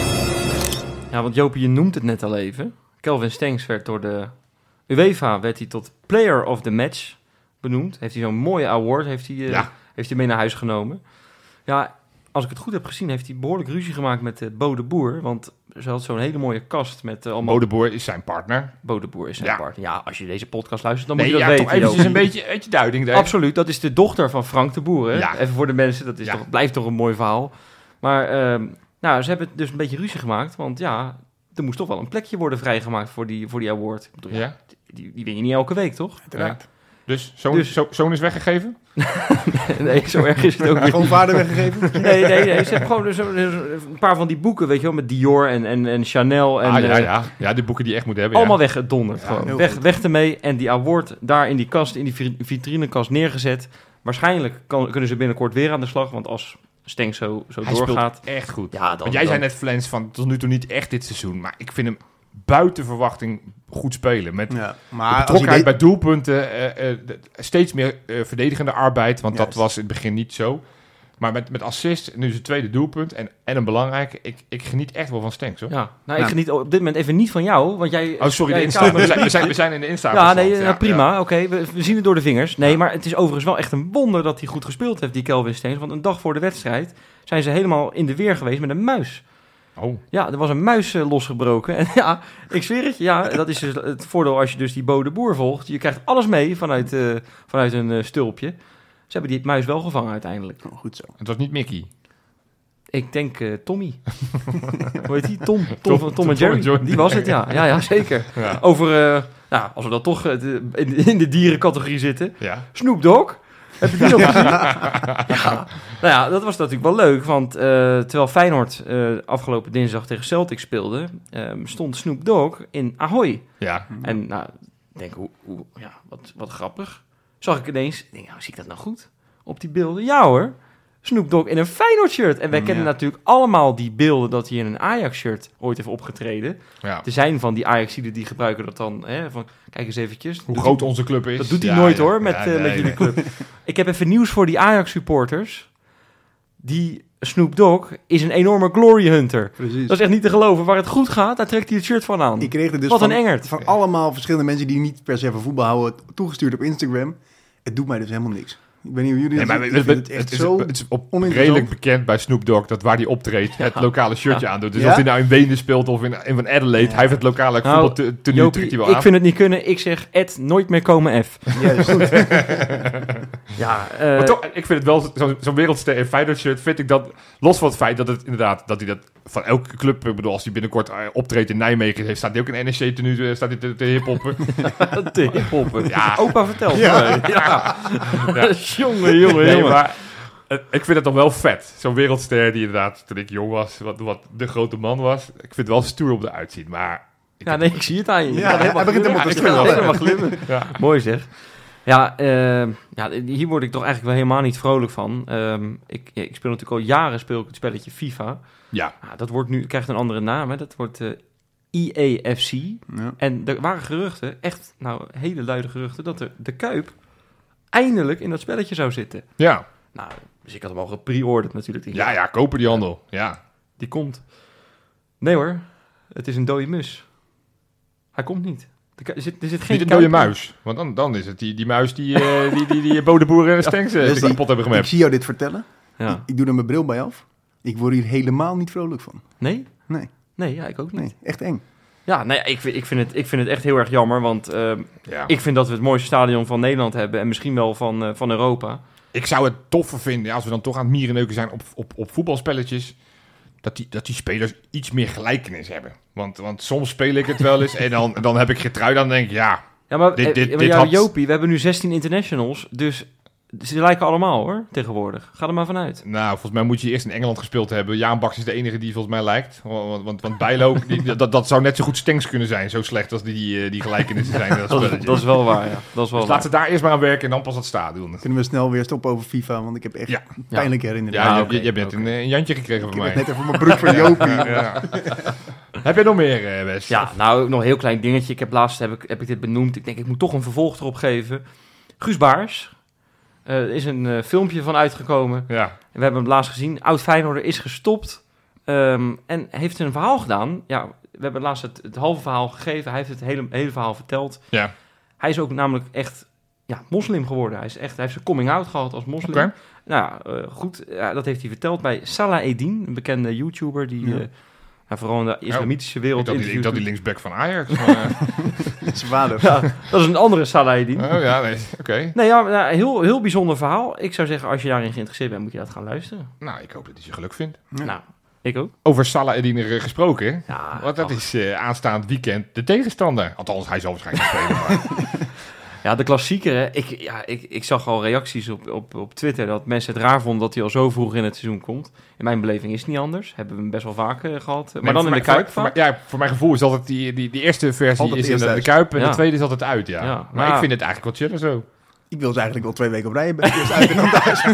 Ja, want Jopie, je noemt het net al even. Kelvin Stengs werd door de UEFA tot Player of the Match benoemd. Heeft hij zo'n mooie award heeft hij mee naar huis genomen. Ja, als ik het goed heb gezien, heeft hij behoorlijk ruzie gemaakt met Bo de Boer. Want ze had zo'n hele mooie kast met allemaal... Bo de Boer is zijn partner. Bo de Boer is zijn partner. Ja, als je deze podcast luistert, dan moet je dat weten. Toch eventjes een beetje duiding. Daar. Absoluut, dat is de dochter van Frank de Boer. Hè? Ja. Even voor de mensen, dat is blijft toch een mooi verhaal. Maar ze hebben dus een beetje ruzie gemaakt. Want ja, er moest toch wel een plekje worden vrijgemaakt voor die award. Ik bedoel, die win je niet elke week, toch? Uiteraard. Dus zoon is weggegeven? Nee, zo erg is het ook niet. Gewoon vader weggegeven? Nee. Ze hebben gewoon een paar van die boeken, weet je wel, met Dior en Chanel. En, ja, die boeken die je echt moet hebben. Allemaal weggedonderd. Gewoon. Weg ermee. En die award daar in die kast, in die vitrinekast neergezet. Waarschijnlijk kunnen ze binnenkort weer aan de slag, want als Stenks zo doorgaat... Speelt echt goed. Ja, want jij zei net, Flens, van tot nu toe niet echt dit seizoen, maar ik vind hem buiten verwachting goed spelen. Met maar betrokkenheid bij doelpunten, steeds meer verdedigende arbeid, want dat was in het begin niet zo. Maar met assist, nu zijn tweede doelpunt en een belangrijke. Ik geniet echt wel van Stenks, hoor. Ja, ik geniet op dit moment even niet van jou, want jij... Oh, sorry, de Insta. We zijn in de Insta. Ja, nee, prima. Oké, we zien het door de vingers. Nee, maar het is overigens wel echt een wonder dat hij goed gespeeld heeft, die Kelvin Stengs. Want een dag voor de wedstrijd zijn ze helemaal in de weer geweest met een muis. Oh. Ja, er was een muis losgebroken. En ja, ik zweer het je. Ja, dat is dus het voordeel als je dus die Bo de Boer volgt. Je krijgt alles mee vanuit een stulpje. Ze hebben die muis wel gevangen uiteindelijk. Oh, goed zo. Het was niet Mickey. Ik denk Tommy. Hoe heet die? Tom en Jerry. Die was het, ja. Ja, zeker. Ja. Over, als we dan toch in de dierencategorie zitten. Ja. Snoop Dogg. Heb je die nog gezien? Ja. Nou ja, dat was natuurlijk wel leuk. Want terwijl Feyenoord afgelopen dinsdag tegen Celtic speelde... stond Snoop Dogg in Ahoy. Ja. En ik denk, wat grappig. Zag ik ineens, zie ik dat nou goed? Op die beelden? Ja hoor. Snoop Dogg in een Feyenoord-shirt. En wij kennen natuurlijk allemaal die beelden dat hij in een Ajax-shirt ooit heeft opgetreden. Ja. Er zijn van die Ajaxiden die gebruiken dat dan. Van, kijk eens eventjes. Hoe groot onze club is. Dat doet hij nooit hoor, met jullie club. Ik heb even nieuws voor die Ajax-supporters. Die Snoop Dogg is een enorme glory hunter. Precies. Dat is echt niet te geloven. Waar het goed gaat, daar trekt hij het shirt van aan. Ik kreeg het dus wat een engert. Van allemaal verschillende mensen die niet per se van voetbal houden, toegestuurd op Instagram. Het doet mij dus helemaal niks. Ik weet niet hoe jullie Nee, maar ik vind het echt zo het is oninteressant. redelijk bekend bij Snoop Dogg dat waar hij optreedt het lokale shirtje aandoet. Dus Ja? of hij nou in Wenen speelt of in van Adelaide, hij heeft het lokale Nou, voetbaltenue Jopie, trekt hij wel ik aan. vind het niet kunnen. Ik zeg Ed, nooit meer komen F. Juist, goed. Ja, Maar toch, ik vind het wel zo'n wereldster in Feyenoord shirt, vind ik dat, los van het feit dat het inderdaad, dat hij dat van elke club, ik bedoel, als hij binnenkort optreedt in Nijmegen, heeft, staat hij ook in NEC tenue, staat hij te hiphoppen. te hiphoppen. Ja. Opa vertelt. Ja. Ja. Ja. Jongen. Nee, maar ik vind het dan wel vet. Zo'n wereldster die inderdaad, toen ik jong was, wat de grote man was. Ik vind het wel stoer op de uitzien, maar... Ja, nee, ik zie het aan je. Ja, hij begint helemaal te glimmen. stralen. Helemaal glimmen. Ja. Mooi zeg. Ja, hier word ik toch eigenlijk wel helemaal niet vrolijk van. Ik speel natuurlijk al jaren het spelletje FIFA. Ja. Dat wordt nu, krijgt een andere naam, hè. Dat wordt EAFC. Ja. En er waren geruchten, echt hele luide geruchten, dat de Kuip eindelijk in dat spelletje zou zitten. Ja. Nou, dus ik had hem al gepreorderd natuurlijk. Ja, kopen die handel. Ja. Die komt. Nee hoor, het is een dode mus. Hij komt niet. Er zit geen Niet een Kuip dode in. muis. Want dan is het die muis die bodeboeren en Stenks Dus kapot hebben Ik gemapt. zie jou dit vertellen. Ja. Ik doe er mijn bril bij af. Ik word hier helemaal niet vrolijk van. Nee? Nee, Nee, ja, ik ook niet. nee, echt eng. Ja, nee, ik vind het echt heel erg jammer, want Ja. ik vind dat we het mooiste stadion van Nederland hebben en misschien wel van Europa. Ik zou het toffer vinden, als we dan toch aan het mierenneuken zijn op voetbalspelletjes, dat die spelers iets meer gelijkenis hebben. Want soms speel ik het wel eens en dan heb ik Geertruida, dan denk ik, ja, Ja, maar, Dit ja, had- Jopie, we hebben nu 16 internationals, dus ze lijken allemaal hoor, tegenwoordig. Ga er maar vanuit. nou, volgens mij moet je eerst in Engeland gespeeld hebben. Jaan Baks is de enige die volgens mij lijkt. Want Bijlo, dat zou net zo goed Stenks kunnen zijn, zo slecht als die gelijkenissen zijn in dat spelletje. Dat is wel waar, ja. Dat is wel Dus waar. laat ze daar eerst maar aan werken en dan pas het stadion. Kunnen we snel weer stoppen over FIFA, want ik heb echt Ja. pijnlijke herinneringen. Ja, Ja, oké, je bent oké. een Jantje gekregen Ik van heb mij. het net even mijn broek van Jopie. Ja. Heb jij nog meer, Wes? Ja, nou, nog een heel klein dingetje. Heb ik dit benoemd. Ik denk, ik moet toch een vervolg erop geven. Guus Baars. Er is een filmpje van uitgekomen. Ja. We hebben hem laatst gezien. Oud Feyenoorder is gestopt. En heeft een verhaal gedaan. Ja, we hebben laatst het halve verhaal gegeven. Hij heeft het hele verhaal verteld. Ja. Hij is ook namelijk echt moslim geworden. Hij heeft zijn coming out gehad als moslim. Oké. Nou ja, goed. Ja, dat heeft hij verteld bij Salah Eddin, een bekende YouTuber die vooral in de islamitische wereld Ik dacht interviewt. die linksback van Ajax. Maar, Zijn vader. Ja, dat is een andere Salah Eddin. oh ja, nee. Oké. Nee, ja, heel bijzonder verhaal. Ik zou zeggen, als je daarin geïnteresseerd bent, moet je dat gaan luisteren. Nou, ik hoop dat hij zijn geluk vindt. Ja. Nou, ik ook. Over Salah Eddin gesproken. Ja, Want dat ach. is aanstaand weekend de tegenstander. Althans, hij zal waarschijnlijk spelen. Maar... Ja, de klassieker. Hè. Ik zag al reacties op Twitter dat mensen het raar vonden dat hij al zo vroeg in het seizoen komt. In mijn beleving is het niet anders. Hebben we hem best wel vaak gehad. Maar Nee, dan in de Kuip vaak. Voor mijn gevoel is altijd die eerste versie Altijd is in eerst de thuis. Kuip en Ja. de tweede is altijd uit, ja. Ja, Maar maar- ik vind het eigenlijk wel chiller zo. Ik wil ze eigenlijk wel 2 weken op rij. Ben ik eerst uit en dan thuis.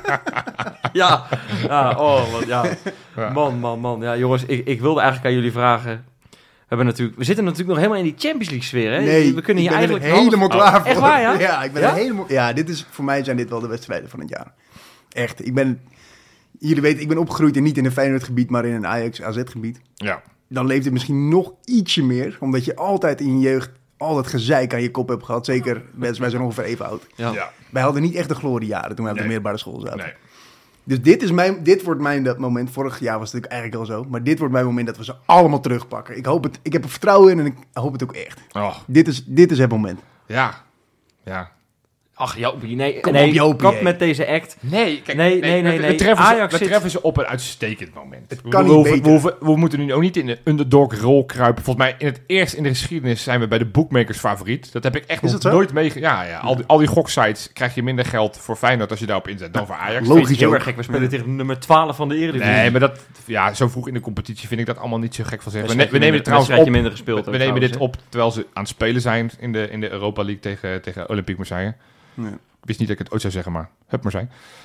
Ja, ja. Ja. Man. Ja, jongens, ik wilde eigenlijk aan jullie vragen. We zitten natuurlijk nog helemaal in die Champions League sfeer, hè? Nee, we kunnen hier ik ben eigenlijk er helemaal klaar voor. Echt waar, ja? Ja, ik ben Ja? er helemaal... Ja, voor mij zijn dit wel de wedstrijden van het jaar. Echt, jullie weten, ik ben opgegroeid niet in een Feyenoord-gebied, maar in een Ajax-AZ-gebied. Ja. Dan leeft het misschien nog ietsje meer, omdat je altijd in je jeugd al dat gezeik aan je kop hebt gehad. Zeker, wij zijn ongeveer even oud. Ja. Ja. Wij hadden niet echt de gloriejaren toen wij op de Nee. middelbare school zaten. Nee. Dus dit wordt mijn dat moment. Vorig jaar was het natuurlijk eigenlijk al zo. Maar dit wordt mijn moment dat we ze allemaal terugpakken. Ik heb er vertrouwen in en ik hoop het ook echt. Oh, Dit is het moment. ja. Ja. Ach, Jopie, nee. Kom nee, op, Jopie, kap hé. met deze act. Nee, kijk, Nee. We treffen, Ajax we zit- treffen ze op een uitstekend moment. Het kan we, niet beter. we moeten nu ook niet in de underdog-rol kruipen. Volgens mij in het eerst in de geschiedenis zijn we bij de bookmakers favoriet. Dat heb ik echt Is nog dat zo? nooit meegemaakt. Ja. Al die goksites krijg je minder geld voor Feyenoord als je daarop inzet dan voor Ajax. Logisch. Heel ook. erg gek. We spelen tegen nummer 12 van de Eredivisie. Nee, maar zo vroeg in de competitie vind ik dat allemaal niet zo gek van zeggen. We Wedstrijdje nemen dit trouwens op. wedstrijdje minder gespeeld. We ook nemen dit trouwens, op terwijl ze aan het spelen zijn in de Europa League tegen Olympique Marseille. Ja. Ik wist niet dat ik het ooit zou zeggen, maar hup Marseille.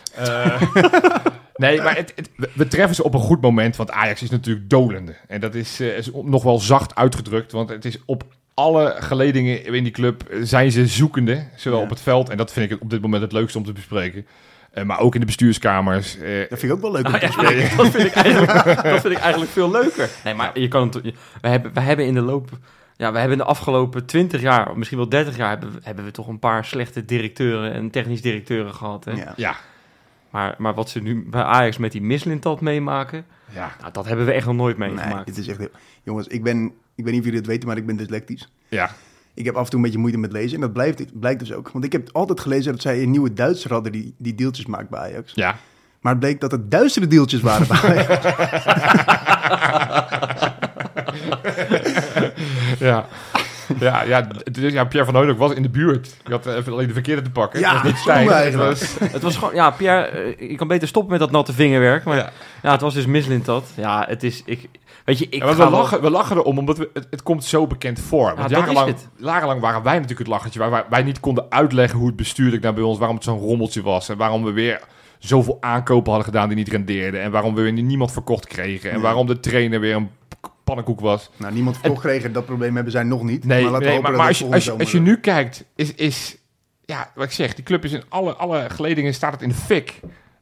Nee, maar we treffen ze op een goed moment, want Ajax is natuurlijk dolende. En dat is nog wel zacht uitgedrukt, want het is op alle geledingen in die club zijn ze zoekende, zowel Ja. op het veld, en dat vind ik op dit moment het leukste om te bespreken. Maar ook in de bestuurskamers. Dat vind ik ook wel leuk om hè. te Ah, spreken. dat vind ik eigenlijk veel leuker. Nee, maar je kan het, we hebben in de loop Ja, we hebben de afgelopen 20 jaar, of misschien wel 30 jaar... hebben we toch een paar slechte directeuren en technisch directeuren gehad. Hè? Ja. Maar wat ze nu bij Ajax met die Mislintat meemaken... Ja. Nou, dat hebben we echt nog nooit meegemaakt. Nee, het is echt heel... Jongens, ik weet niet of jullie het weten, maar ik ben dyslectisch. Ja. Ik heb af en toe een beetje moeite met lezen. En dat blijkt dus ook. Want ik heb altijd gelezen dat zij een nieuwe Duitser hadden die deeltjes maakt bij Ajax. Ja. Maar het bleek dat het Duitsere deeltjes waren bij Ajax. Ja. Pierre van Hooydonk was in de buurt. Je had even alleen de verkeerde te pakken. Ja, dat was niet Stijn. eigenlijk. Het was gewoon... Ja, Pierre, je kan beter stoppen met dat natte vingerwerk. Maar ja, het was dus Mislintat. Ja, het is... We lachen erom, omdat het komt zo bekend voor. Want jarenlang waren wij natuurlijk het lachertje... waar wij niet konden uitleggen hoe het bestuurlijk naar bij ons... waarom het zo'n rommeltje was... en waarom we weer zoveel aankopen hadden gedaan die niet rendeerden... en waarom we weer niemand verkocht kregen... en waarom de trainer weer een pannenkoek was. Nou, niemand verkocht kregen, dat probleem hebben zij nog niet. Maar als je nu kijkt... is ja, wat ik zeg, die club is in alle geledingen staat het in de fik...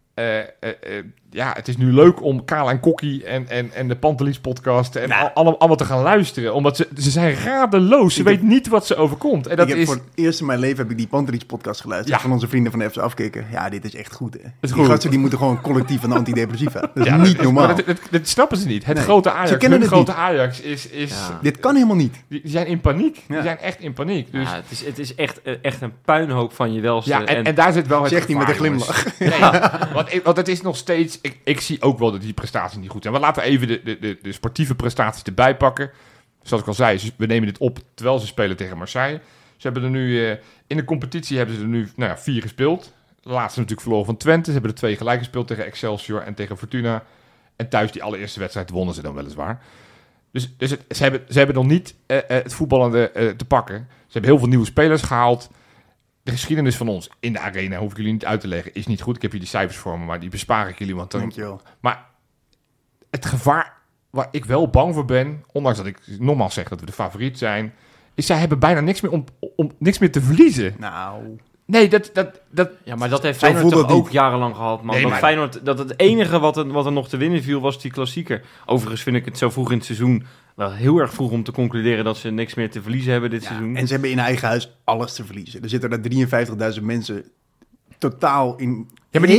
het is nu leuk om Kala en Kokkie en de Pantelies podcast en allemaal te gaan luisteren. Omdat ze zijn radeloos. Ze weten niet wat ze overkomt. En voor het eerst in mijn leven heb ik die Pantelies podcast geluisterd. Van onze vrienden van de FC Afkikken. Ja, dit is echt goed. Hè. Die gasten die moeten gewoon collectief een antidepressiva. Dat is niet normaal. Dat snappen ze niet. Het grote Ajax. Hun grote Ajax is... Dit kan helemaal niet. Die zijn in paniek. Die zijn echt in paniek. Dus... Ja, het is echt een puinhoop van je welste. Ja, en daar zit wel het zegt hij met een glimlach. Nee, want het is nog steeds... Ik zie ook wel dat die prestaties niet goed zijn. Maar laten we even de sportieve prestaties erbij pakken. Zoals ik al zei, we nemen dit op terwijl ze spelen tegen Marseille. Ze hebben er nu... in de competitie hebben ze er nu 4 gespeeld. De laatste natuurlijk verloren van Twente. Ze hebben er 2 gelijk gespeeld tegen Excelsior en tegen Fortuna. En thuis die allereerste wedstrijd wonnen ze dan weliswaar. Dus ze hebben nog niet het voetballende te pakken. Ze hebben heel veel nieuwe spelers gehaald. De geschiedenis van ons in de arena, hoef ik jullie niet uit te leggen, is niet goed. Ik heb hier die cijfers voor me, maar die bespaar ik jullie. Want dan... Dankjewel. Maar het gevaar waar ik wel bang voor ben, ondanks dat ik nogmaals zeg dat we de favoriet zijn, is zij hebben bijna niks meer om niks meer te verliezen. Nou... Nee, dat... Ja, maar dat heeft Feyenoord toch ook jarenlang gehad, man. Nee, Feyenoord, dat het enige wat er nog te winnen viel, was die klassieker. Overigens vind ik het zo vroeg in het seizoen wel heel erg vroeg om te concluderen dat ze niks meer te verliezen hebben dit seizoen. En ze hebben in eigen huis alles te verliezen. Er zitten daar 53.000 mensen totaal in... Ja, maar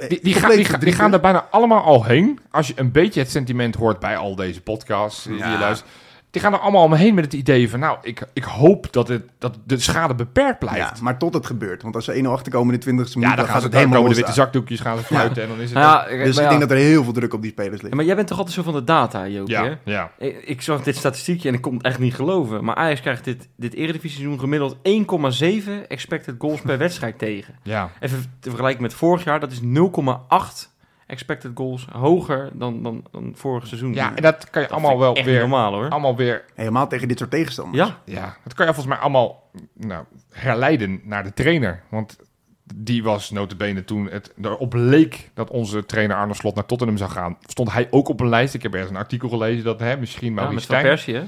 die gaan er bijna allemaal al heen. Als je een beetje het sentiment hoort bij al deze podcasts die je luistert. Die gaan er allemaal omheen met het idee van... ik hoop dat de schade beperkt blijft. Ja, maar tot het gebeurt. Want als ze 1-0 achterkomen in de 20e minuut... dan gaat het helemaal komen de witte zakdoekjes gaan fluiten. En dan is het dus ik denk dat er heel veel druk op die spelers ligt. Ja, maar jij bent toch altijd zo van de data, Joop? Ja. Ik zag dit statistiekje en ik kon het echt niet geloven. Maar Ajax krijgt dit Eredivisie-seizoen gemiddeld 1,7 expected goals per wedstrijd tegen. Ja. Even te vergelijken met vorig jaar, dat is 0,8 expected goals hoger dan vorig seizoen. Ja, en dat kan je dat allemaal wel echt weer... normaal, hoor. Allemaal weer... Helemaal tegen dit soort tegenstanders. Ja, dat kan je volgens mij allemaal herleiden naar de trainer. Want die was notabene toen het erop leek dat onze trainer Arne Slot naar Tottenham zou gaan. Stond hij ook op een lijst. Ik heb ergens een artikel gelezen dat misschien Maurice Stijn... met Van Persie, hè?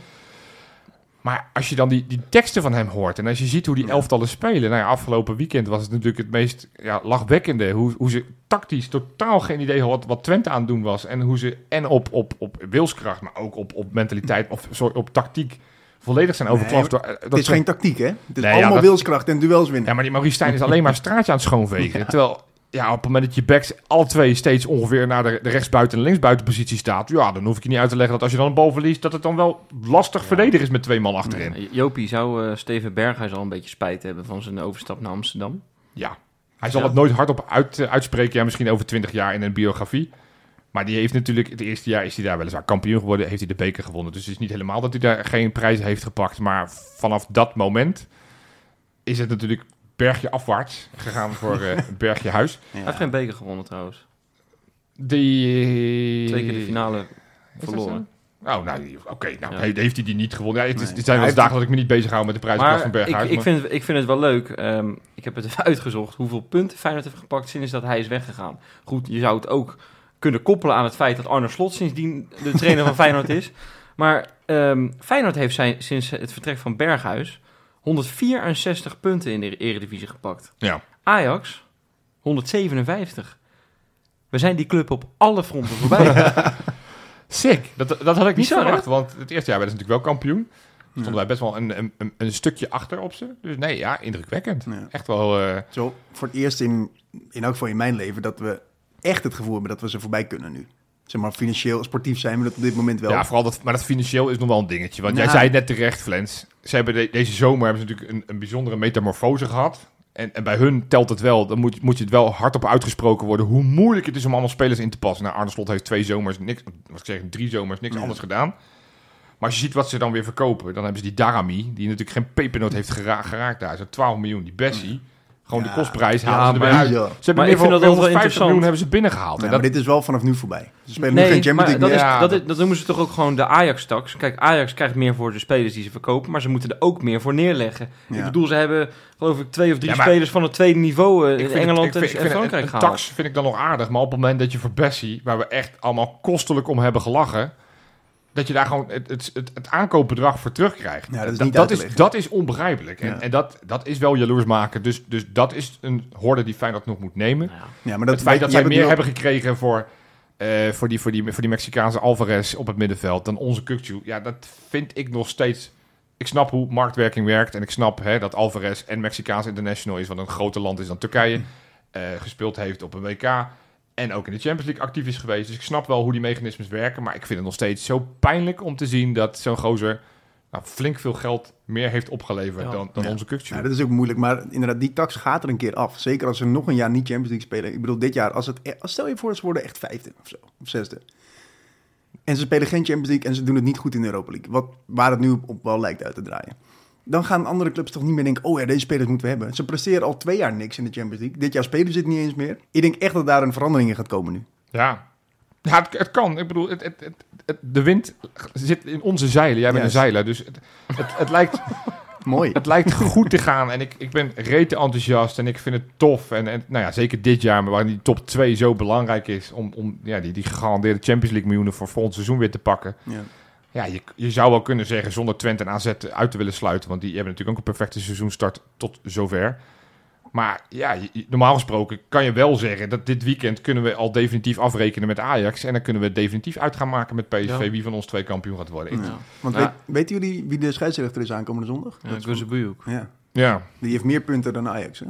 Maar als je dan die teksten van hem hoort en als je ziet hoe die elftallen spelen... afgelopen weekend was het natuurlijk het meest lachwekkende. Hoe ze tactisch totaal geen idee hadden wat Twente aan het doen was. En hoe ze op wilskracht, maar ook op mentaliteit of op tactiek volledig zijn overklast. Het is geen tactiek, hè? Het is allemaal wilskracht en duels winnen. Ja, maar die Maurice Stijn is alleen maar een straatje aan het schoonvegen. Terwijl... Ja, op het moment dat je backs alle twee steeds ongeveer naar de rechtsbuiten en linksbuitenpositie staat... Ja, dan hoef ik je niet uit te leggen dat als je dan een bal verliest... dat het dan wel lastig verdedigen is met 2 man achterin. Nee. Jopie, zou Steven Berghuis al een beetje spijt hebben van zijn overstap naar Amsterdam? Ja, hij zal het nooit hardop uitspreken. Ja, misschien over 20 jaar in een biografie. Maar die heeft natuurlijk... Het eerste jaar is hij daar weliswaar kampioen geworden. Heeft hij de beker gewonnen. Dus het is niet helemaal dat hij daar geen prijs heeft gepakt. Maar vanaf dat moment is het natuurlijk... bergje afwaarts gegaan voor bergje huis. Ja. Hij heeft geen beker gewonnen trouwens. 2 keer de finale verloren. Oh, oké. Heeft hij die niet gewonnen? Ja, het zijn wel eens dagen dat ik me niet bezig hou met de prijzenkast van Berghuis. Ik vind het wel leuk. Ik heb het even uitgezocht hoeveel punten Feyenoord heeft gepakt sinds dat hij is weggegaan. Goed, je zou het ook kunnen koppelen aan het feit dat Arne Slot sindsdien de trainer van Feyenoord is. Maar Feyenoord heeft sinds het vertrek van Berghuis 164 punten in de Eredivisie gepakt. Ja. Ajax 157. We zijn die club op alle fronten voorbij. Sick. Dat had ik niet verwacht, want het eerste jaar werden ze natuurlijk wel kampioen. stonden wij best wel een stukje achter op ze. Dus nee, ja, indrukwekkend. Ja. Echt wel... Zo, voor het eerst in elk geval in mijn leven, dat we echt het gevoel hebben dat we ze voorbij kunnen nu. Zeg maar, financieel, sportief zijn we dat op dit moment wel. Ja, vooral dat financieel is nog wel een dingetje. Want Ja. jij zei het net terecht, Flens. Ze hebben deze zomer hebben ze natuurlijk een bijzondere metamorfose gehad. En bij hun telt het wel. Dan moet je het wel hardop uitgesproken worden. Hoe moeilijk het is om allemaal spelers in te passen. Nou, Arne Slot heeft 3 zomers, niks anders gedaan. Maar als je ziet wat ze dan weer verkopen. Dan hebben ze die Darami, die natuurlijk geen pepernoot heeft geraakt daar. Zo'n 12 miljoen. Die Bessie. Gewoon de kostprijs halen ze maar eruit. ja. Ze hebben Maar in ik ieder vind geval dat wel 150 interessant. miljoen hebben ze binnengehaald. Ja, En maar dat, dit is wel vanaf nu voorbij. Ze spelen nu Nee, geen Champions maar League meer. dat noemen ze toch ook gewoon de Ajax-tax. Kijk, Ajax krijgt meer voor de spelers die ze verkopen, maar ze moeten er ook meer voor neerleggen. Ja. Ik bedoel, ze hebben geloof ik 2 of 3 Ja, maar- spelers van het tweede niveau in ik vind Engeland het- ik en vind Frankrijk een gehaald. tax vind ik dan nog aardig. Maar op het moment dat je voor Bessie, waar we echt allemaal kostelijk om hebben gelachen, dat je daar gewoon het aankoopbedrag voor terugkrijgt. Ja, dat is niet uit te leggen. dat is onbegrijpelijk. Ja. En dat is wel jaloers maken. Dus dat is een horde die Feyenoord nog moet nemen. Ja. Ja, maar Het feit dat jij zij hebt meer nu hebben gekregen voor die Mexicaanse Alvarez op het middenveld dan onze Kukçu. Ja, dat vind ik nog steeds... Ik snap hoe marktwerking werkt. En ik snap dat Alvarez en Mexicaans international is, wat een groter land is dan Turkije. Gespeeld heeft op een WK. En ook in de Champions League actief is geweest. Dus ik snap wel hoe die mechanismes werken. Maar ik vind het nog steeds zo pijnlijk om te zien dat zo'n gozer flink veel geld meer heeft opgeleverd dan Ja. onze Kukçu. Ja, dat is ook moeilijk, maar inderdaad, die tax gaat er een keer af. Zeker als ze nog een jaar niet Champions League spelen. Ik bedoel, dit jaar, stel je voor, ze worden echt 5e of zo, of 6e. En ze spelen geen Champions League en ze doen het niet goed in de Europa League. Waar het nu op wel lijkt uit te draaien. Dan gaan andere clubs toch niet meer denken, oh ja, deze spelers moeten we hebben. Ze presteren al 2 jaar niks in de Champions League. Dit jaar spelen ze het niet eens meer. Ik denk echt dat daar een verandering in gaat komen nu. Ja, het kan. Ik bedoel, de wind zit in onze zeilen. Jij bent een Juist. zeiler, dus het lijkt... Mooi. Het lijkt goed te gaan en ik ben rete enthousiast en ik vind het tof. En nou ja, zeker dit jaar, maar waar die top 2 zo belangrijk is om die gegarandeerde Champions League miljoenen voor volgend seizoen weer te pakken. Ja. Ja, je zou wel kunnen zeggen zonder Twente en AZ uit te willen sluiten, want die hebben natuurlijk ook een perfecte seizoenstart tot zover. Maar ja, normaal gesproken kan je wel zeggen dat dit weekend kunnen we al definitief afrekenen met Ajax. En dan kunnen we definitief uit gaan maken met PSV wie van ons 2 kampioen gaat worden. Ja. Want Ja. weten jullie wie de scheidsrechter is aankomende zondag? Ja, Guzebujuk. Ja. Ja. Die heeft meer punten dan Ajax, hè?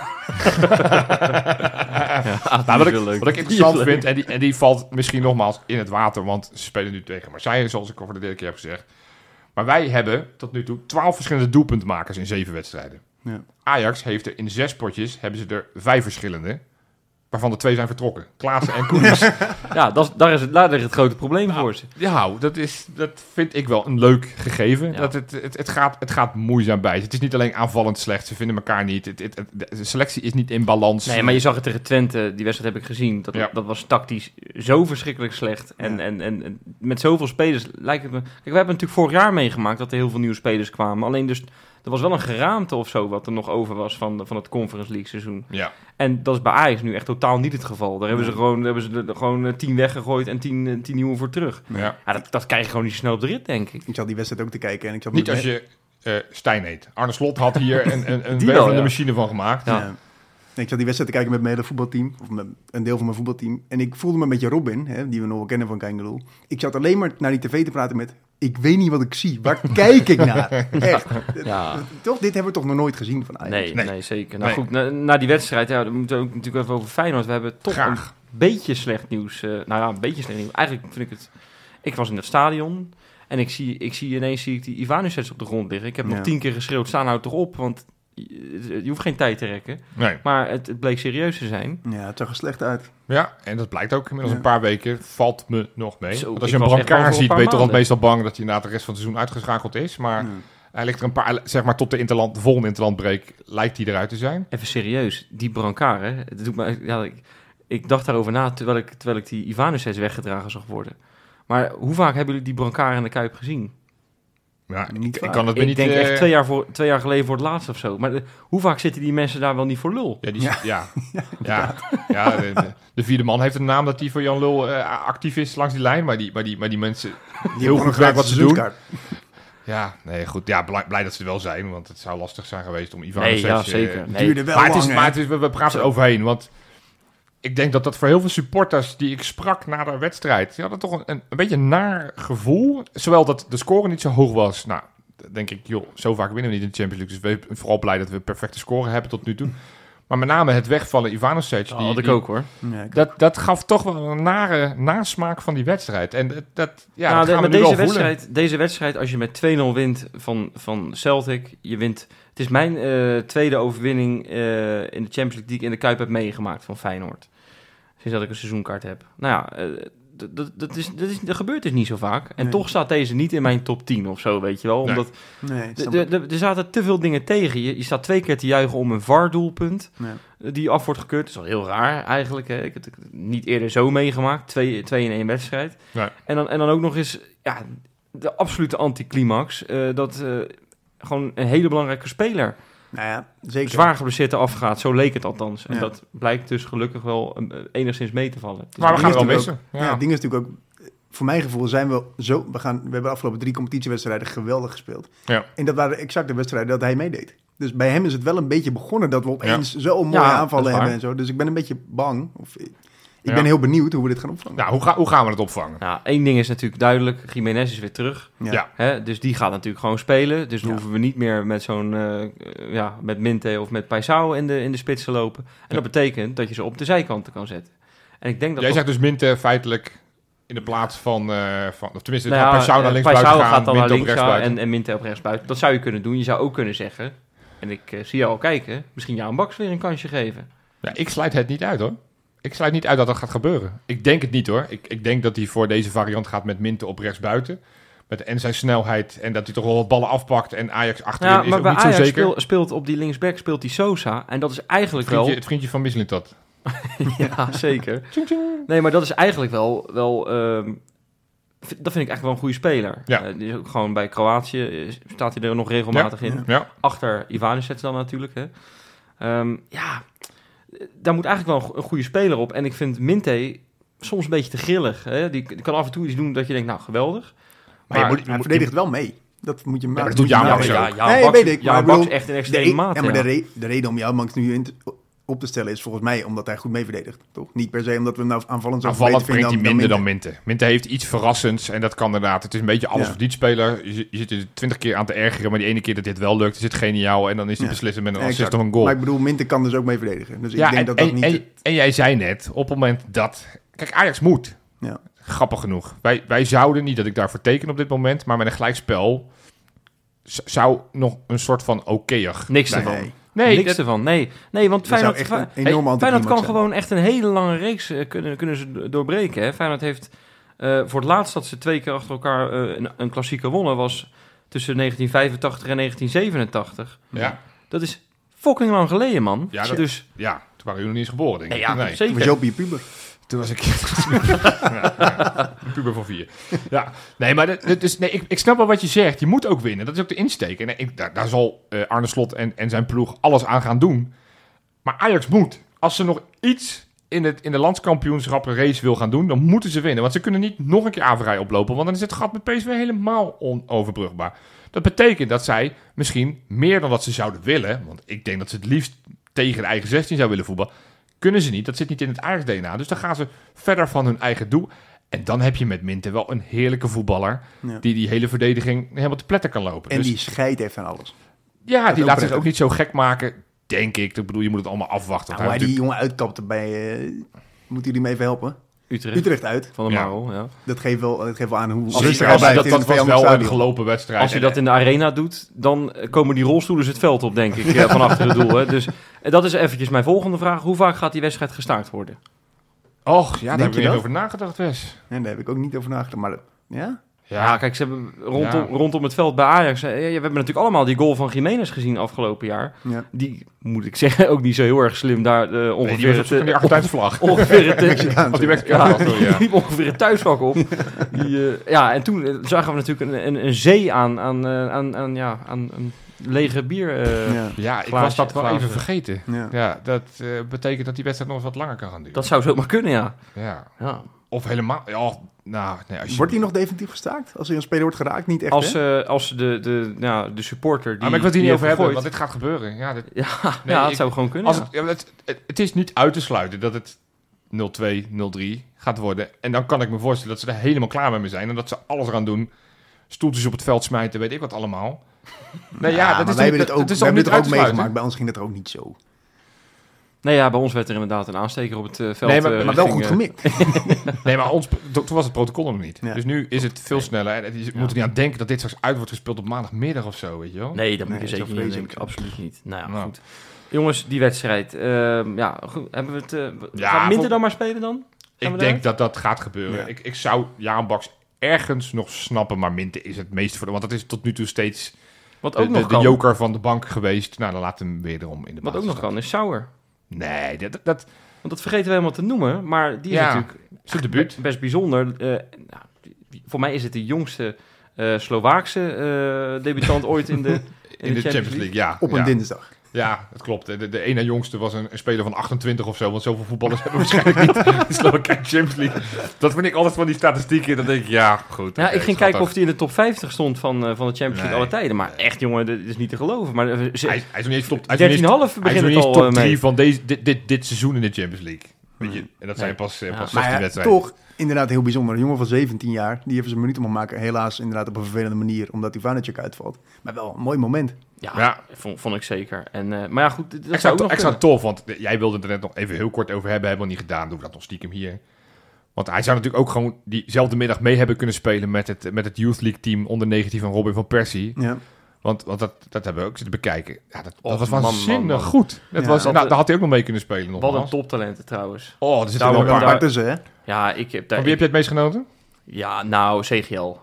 Nou, wat ik interessant vind, en die valt misschien nogmaals in het water, want ze spelen nu tegen Marseille, zoals ik al voor de derde keer heb gezegd. Maar wij hebben tot nu toe 12 verschillende doelpuntmakers in 7 wedstrijden. Ja. Ajax heeft er in 6 potjes, hebben ze er 5 verschillende, waarvan er 2 zijn vertrokken. Klaassen en Koenders. Ja, daar ligt het grote probleem voor ze. Ja, dat vind ik wel een leuk gegeven. Ja. Dat het gaat moeizaam bij. Het is niet alleen aanvallend slecht, ze vinden elkaar niet. De selectie is niet in balans. Nee, maar je zag het tegen Twente, die wedstrijd heb ik gezien. Dat was tactisch zo verschrikkelijk slecht. En met zoveel spelers lijkt het me... Kijk, we hebben natuurlijk vorig jaar meegemaakt dat er heel veel nieuwe spelers kwamen. Alleen dus, er was wel een geraamte of zo wat er nog over was van het Conference League seizoen. Ja. En dat is bij Ajax nu echt totaal niet het geval. Daar hebben ze gewoon 10 weggegooid en 10 nieuwe voor terug. Ja. Ja, dat krijg je gewoon niet snel op de rit, denk ik. Ik zat die wedstrijd ook te kijken en ik zat Niet als je Stijn heet. Arne Slot had hier een Die wervende wel, ja. machine van gemaakt. Ja. Ja. Ik zat die wedstrijd te kijken met mijn hele voetbalteam, of met een deel van mijn voetbalteam. En ik voelde me een beetje Robin, die we nog wel kennen van Kangaloo. Ik zat alleen maar naar die tv te praten met, ik weet niet wat ik zie. Waar kijk ik naar? Echt. Ja. Toch, dit hebben we toch nog nooit gezien van Ajax? Nee, zeker. Nou Nee. goed, na die wedstrijd, ja, dan moeten we ook natuurlijk even over Feyenoord. We hebben toch Graag. een beetje slecht nieuws. Een beetje slecht nieuws. Eigenlijk vind ik het... Ik was in het stadion en ik zie ineens die Ivanovic op de grond liggen. Ik heb nog 10 keer geschreeuwd, sta nou toch op, want je hoeft geen tijd te rekken. Nee. Maar het bleek serieus te zijn. Ja, het zag er slecht uit. Ja, en dat blijkt ook inmiddels een paar weken. Valt me nog mee. Zo, Want als ik je een was echt bang brancard voor een ziet, paar ben je toch al maanden. meestal bang dat hij na de rest van het seizoen uitgeschakeld is. Maar hij ligt er een paar, zeg maar tot de volgende interlandbreak, lijkt hij eruit te zijn. Even serieus, die brancard, hè. Het doet me, ik dacht daarover na terwijl ik die Ivanovic weggedragen zag worden. Maar hoe vaak hebben jullie die brancard in de Kuip gezien? Ja, Niet ik vaak. kan het me Ik niet... denk echt 2 jaar geleden voor het laatst of zo. Maar hoe vaak zitten die mensen daar wel niet voor lul? De vierde man heeft een naam dat hij voor Jan Lul actief is langs die lijn. Maar die mensen Die heel hebben goed weten wat ze doen. seizoenskaart. Ja, nee, goed. Ja, blij dat ze er wel zijn. Want het zou lastig zijn geweest om Ivan Nee, ja, zeker. Nee. Duurde wel Maar het lang, is, hè? maar het is, we praten er overheen. Want ik denk dat voor heel veel supporters die ik sprak na de wedstrijd, die hadden toch een beetje een naar gevoel. Zowel dat de score niet zo hoog was. Nou, denk ik, joh, zo vaak winnen we niet in de Champions League. Dus we zijn vooral blij dat we perfecte score hebben tot nu toe. Maar met name het wegvallen Ivanovic. Dat had ik ook, hoor. Ja, Dat gaf toch wel een nare nasmaak van die wedstrijd. En dat gaan we maar nu wel voelen. deze wedstrijd, als je met 2-0 wint van Celtic, je wint. Het is mijn tweede overwinning in de Champions League die ik in de Kuip heb meegemaakt van Feyenoord. Sinds dat ik een seizoenkaart heb. Nou ja, dat gebeurt dus niet zo vaak. En toch staat deze niet in mijn top 10 of zo, weet je wel. Omdat er zaten te veel dingen tegen. Je staat 2 keer te juichen om een VAR-doelpunt die af wordt gekeurd. Dat is wel heel raar eigenlijk. Hè. Ik heb het niet eerder zo meegemaakt. 2 in 1 wedstrijd. Nee. En dan ook nog eens de absolute anticlimax. Dat gewoon een hele belangrijke speler Nou ja, zeker. zwaar geblesseerd afgaat. Zo leek het althans. En Ja. dat blijkt dus gelukkig wel enigszins mee te vallen. Dus Maar we gaan het wel ding is missen. Ja, het ding is natuurlijk ook, voor mijn gevoel zijn we zo... We hebben de afgelopen 3 competitiewedstrijden geweldig gespeeld. Ja. En dat waren exact de wedstrijden dat hij meedeed. Dus bij hem is het wel een beetje begonnen dat we opeens zo mooie aanvallen hebben en zo. Dus ik ben een beetje bang. Ik ben heel benieuwd hoe we dit gaan opvangen. Nou, hoe gaan we het opvangen? Nou, één ding is natuurlijk duidelijk. Jiménez is weer terug. Ja. Hè? Dus die gaat natuurlijk gewoon spelen. Dus dan hoeven we niet meer met met Minte of met Paisao in de spits te lopen. En dat betekent dat je ze op de zijkanten kan zetten. En ik denk dat Jij zegt dus Minte feitelijk in de plaats van of tenminste, nou ja, Paisao naar links buiten Paisao gaan, gaat dan naar Minte op links rechts buiten. en Minte op rechts buiten. Dat zou je kunnen doen. Je zou ook kunnen zeggen, en ik zie jou al kijken, misschien Jaan Baks weer een kansje geven. Ja, ik sluit het niet uit, hoor. Ik sluit niet uit dat dat gaat gebeuren. Ik denk het niet, hoor. Ik denk dat hij voor deze variant gaat met Minte op rechts buiten. En zijn snelheid en dat hij toch wel wat ballen afpakt en Ajax achterin is maar ook bij niet zo Ajax zeker. speelt op die linksback speelt die Sosa. En dat is eigenlijk Het vriendje van Mislintat. Ja, zeker. Nee, maar dat is eigenlijk wel dat vind ik eigenlijk wel een goede speler. Ja. Die is ook gewoon bij Kroatië staat hij er nog regelmatig in. Ja. Achter Ivanovic dan natuurlijk. Hè. Daar moet eigenlijk wel een goede speler op. En ik vind Minte soms een beetje te grillig. Hè. Die kan af en toe iets doen dat je denkt, nou, geweldig. Maar hij verdedigt wel mee. Dat moet je dat doet Jaan Baks ook. Weet ik. Jaan Baks echt in extreme mate. Ja, maar de reden om Jaan Baks nu op te stellen is volgens mij omdat hij goed mee verdedigt. Toch? Niet per se omdat we hem nou aanvallend zo Aanvallend brengt hij minder dan Minte. Minte heeft iets verrassends en dat kan inderdaad. Het is een beetje alles of niet speler. Je zit er 20 keer aan te ergeren, maar die ene keer dat dit wel lukt, is het geniaal. En dan is hij beslissen met een assist of een goal. Maar ik bedoel, Minte kan dus ook mee verdedigen. Dus ik denk dat dat niet... En jij zei net, op het moment dat... Kijk, Ajax moet. Ja. Grappig genoeg. Wij zouden, niet dat ik daarvoor teken op dit moment, maar met een gelijkspel zou nog een soort van oké-ig. Niks zijn. ervan. Nee, niks ervan. Nee, want Feyenoord kan gewoon echt een hele lange reeks kunnen ze doorbreken. Hè? Feyenoord heeft voor het laatst dat ze 2 keer achter elkaar een klassieker wonnen was tussen 1985 en 1987. Ja. Dat is fucking lang geleden, man. Ja, toen waren jullie nog niet eens geboren, denk ik. Nee, zeker. Was je ook je puber? Toen was ik een puber van 4. Ja, nee, maar ik snap wel wat je zegt. Je moet ook winnen. Dat is ook de insteek. En daar zal Arne Slot en zijn ploeg alles aan gaan doen. Maar Ajax moet. Als ze nog iets in de landskampioenschap race wil gaan doen, dan moeten ze winnen. Want ze kunnen niet nog een keer averij oplopen. Want dan is het gat met PSV helemaal onoverbrugbaar. Dat betekent dat zij misschien meer dan dat ze zouden willen, want ik denk dat ze het liefst tegen de eigen 16 zouden willen voetballen, kunnen ze niet. Dat zit niet in het Ajax-DNA. Dus dan gaan ze verder van hun eigen doel. En dan heb je met Minte wel een heerlijke voetballer die hele verdediging helemaal te pletten kan lopen. En dus, die scheidt heeft van alles. Ja, die laat zich ook niet zo gek maken, denk ik. Ik bedoel, je moet het allemaal afwachten. Nou, hij die jongen uitkapte bij... Moeten jullie me even helpen? Utrecht uit. Van de Marel, ja. Dat geeft wel aan hoe... Dat was wel een gelopen wedstrijd. Als je dat in de arena doet, dan komen die rolstoelen het veld op, denk ik, van achter het doel. Hè. Dus dat is eventjes mijn volgende vraag. Hoe vaak gaat die wedstrijd gestaakt worden? Och, ja, daar heb ik niet over nagedacht, Wes. Nee, daar heb ik ook niet over nagedacht, maar... Ja? Ja, kijk, ze hebben rondom het veld bij Ajax... we hebben natuurlijk allemaal die goal van Jiménez gezien afgelopen jaar. Ja. Die, moet ik zeggen, ook niet zo heel erg slim daar ongeveer... die Argentijnse vlag. Ongeveer het... Mexicaanse. Die liep ongeveer het thuisvak op. En toen zagen we natuurlijk een zee aan lege bier. Ik was dat wel even vergeten. Ja, dat betekent dat die wedstrijd nog eens wat langer kan gaan duren. Dat zou zomaar kunnen, ja. Of helemaal... Wordt hij nog definitief gestaakt? Als er een speler wordt geraakt? Niet echt, als de supporter... maar ik wil het hier niet over hebben, want dit gaat gebeuren. Het zou gewoon kunnen. Het is niet uit te sluiten dat het 0-2, 0-3 gaat worden. En dan kan ik me voorstellen dat ze er helemaal klaar mee zijn. En dat ze alles eraan doen, stoeltjes op het veld smijten, weet ik wat allemaal. Nee, maar wij hebben het ook meegemaakt. Bij ons ging het er ook niet zo. Nou ja, bij ons werd er inderdaad een aansteker op het veld. Nee, Maar wel goed gemikt. Nee, maar toen was het protocol nog niet. Ja. Dus nu is het veel sneller. En je moet er niet aan denken dat dit straks uit wordt gespeeld op maandagmiddag of zo, weet je wel? Nee, dat moet je Nee, zeker zo niet vreselijk. denken. Absoluut niet. Nou ja, Nou. goed. Jongens, die wedstrijd. Goed, hebben we het... Ja, gaan Minter dan maar spelen dan? Zijn Ik we denk dat gaat gebeuren. Ja. Ik zou Jaan Baks ergens nog snappen, maar Minter is het meest voor want dat is tot nu toe steeds Wat ook nog de kan. joker van de bank geweest. Nou, dan laat hem weer erom in de Wat basis ook nog staan. kan, is Sauer. Nee, dat Want dat vergeten we helemaal te noemen. Maar die is Ja, natuurlijk zijn debuut. best bijzonder. Voor mij is het de jongste Slovaakse debutant ooit in de Champions League. Ja, Op een ja. dinsdag. Ja, dat klopt. De ene jongste was een speler van 28 of zo. Want zoveel voetballers hebben we waarschijnlijk niet in Slowakije Champions League. Dat vind ik altijd van die statistieken. Dan denk ik, ja, goed. Ja, oké, ik ging schattig. kijken of hij in de top 50 stond van de Champions League Nee. alle tijden. Maar echt, jongen, dat is niet te geloven. Maar Hij is nog niet eens top 13,5 13,5 begint het al top 3 mee. van dit seizoen in de Champions League. Weet je? En dat zijn pas 16 Maar ja, wedstrijden. toch inderdaad heel bijzonder. Een jongen van 17 jaar, die even zijn minuten mag maken. Helaas inderdaad op een vervelende manier, omdat Ivanic uitvalt. Maar wel een mooi moment. Ja, vond ik zeker. En, maar ja, goed, dat zou Extra, ook nog extra kunnen. tof, want jij wilde het er net nog even heel kort over hebben. Hebben we niet gedaan, doen we dat nog stiekem hier. Want hij zou natuurlijk ook gewoon diezelfde middag mee hebben kunnen spelen met het Youth League team onder 19 van Robin van Persie. Ja. Want dat hebben we ook zitten bekijken. Ja, dat Och, was man, waanzinnig man. goed. Dat Ja. was, daar had hij ook nog mee kunnen spelen. Wat Nogmaals. een toptalenten trouwens. Oh, er zitten Daar wel een wordt paar. Paar tussen, hè? Ja, ik heb daar... Van wie heb je het meest genoten? Ja, nou, CGL.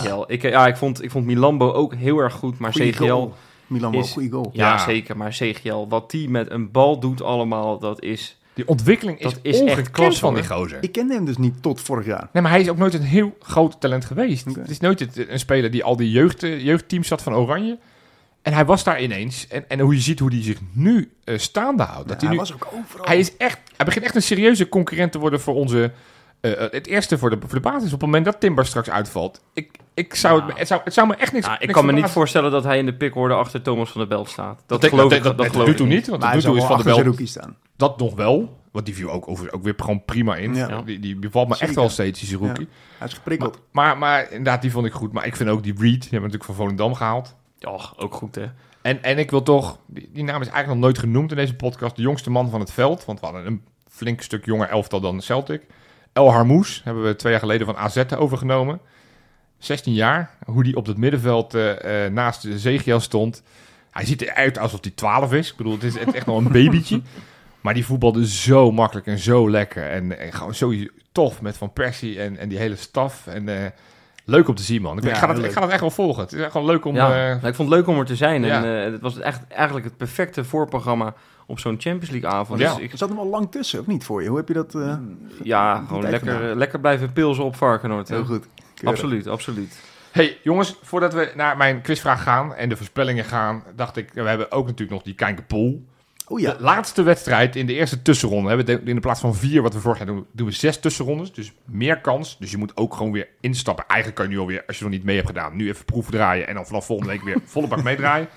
Ik vond Milambo ook heel erg goed, maar Goeie CGL... goal. Milan wel is- een goede goal. Ja, Ja. zeker. Maar CGL, wat die met een bal doet allemaal, dat is... Die ontwikkeling Dat is is echt ongekend klasse, van die hoor. gozer. Ik kende hem dus niet tot vorig jaar. Nee, maar hij is ook nooit een heel groot talent geweest. Oké. Het is nooit een speler die al die jeugdteams zat van Oranje. En hij was daar ineens. En hoe je ziet hoe hij zich nu staande houdt. Dat Ja, hij, hij nu, was ook overal. hij begint echt een serieuze concurrent te worden voor onze... het eerste voor de basis. Op het moment dat Timber straks uitvalt. Het zou me echt niks... Nou, ik niks kan me niet verbazen. voorstellen dat hij in de pickorde achter Thomas van der Belt staat. Dat Dat geloof ik dat geloof doet ik toen niet. Want Maar tot hij nu toe zou is wel Van der achter Belt zijn rookie staan. dat nog wel. Want die viel ook weer gewoon prima in. Ja. Die bevalt me echt Zeker. wel steeds, die rookie. Hij is geprikkeld. Maar inderdaad, die vond ik goed. Maar ik vind ook die Reed, die hebben we natuurlijk van Volendam gehaald. Och, ook goed, hè? En ik wil toch, die naam is eigenlijk nog nooit genoemd in deze podcast, de jongste man van het veld. Want we hadden een flink stuk jonger elftal dan Celtic. El Harmoes hebben we 2 jaar geleden van AZ overgenomen. 16 jaar, hoe die op het middenveld naast de Zegiel stond. Hij ziet eruit alsof hij 12 is. Ik bedoel, het is echt nog een babytje. Maar die voetbalde zo makkelijk en zo lekker. En gewoon zo tof met Van Persie en die hele staf. En leuk om te zien, man. Ik Ja, ga heel dat echt wel volgen. Het is echt gewoon leuk om... Ja, nou, ik vond het leuk om er te zijn. ja. En het was echt eigenlijk het perfecte voorprogramma op zo'n Champions League avond. Ja. Dus ik, Er zat hem al lang tussen, of niet voor je? Hoe heb je dat... ja, die gewoon tijd lekker blijven pilsen op Varkenoord. hè. heel goed. Keurig. Absoluut, absoluut. Hey jongens, voordat we naar mijn quizvraag gaan en de voorspellingen gaan, dacht ik, we hebben ook natuurlijk nog die Kijkenpool. Oh ja. De laatste wedstrijd in de eerste tussenronde. Hebben we in de plaats van 4, wat we vorig jaar doen, doen we 6 tussenrondes. Dus meer kans. Dus je moet ook gewoon weer instappen. Eigenlijk kan je nu alweer, als je nog niet mee hebt gedaan, nu even proef draaien. En dan vanaf volgende week weer volle bak meedraaien.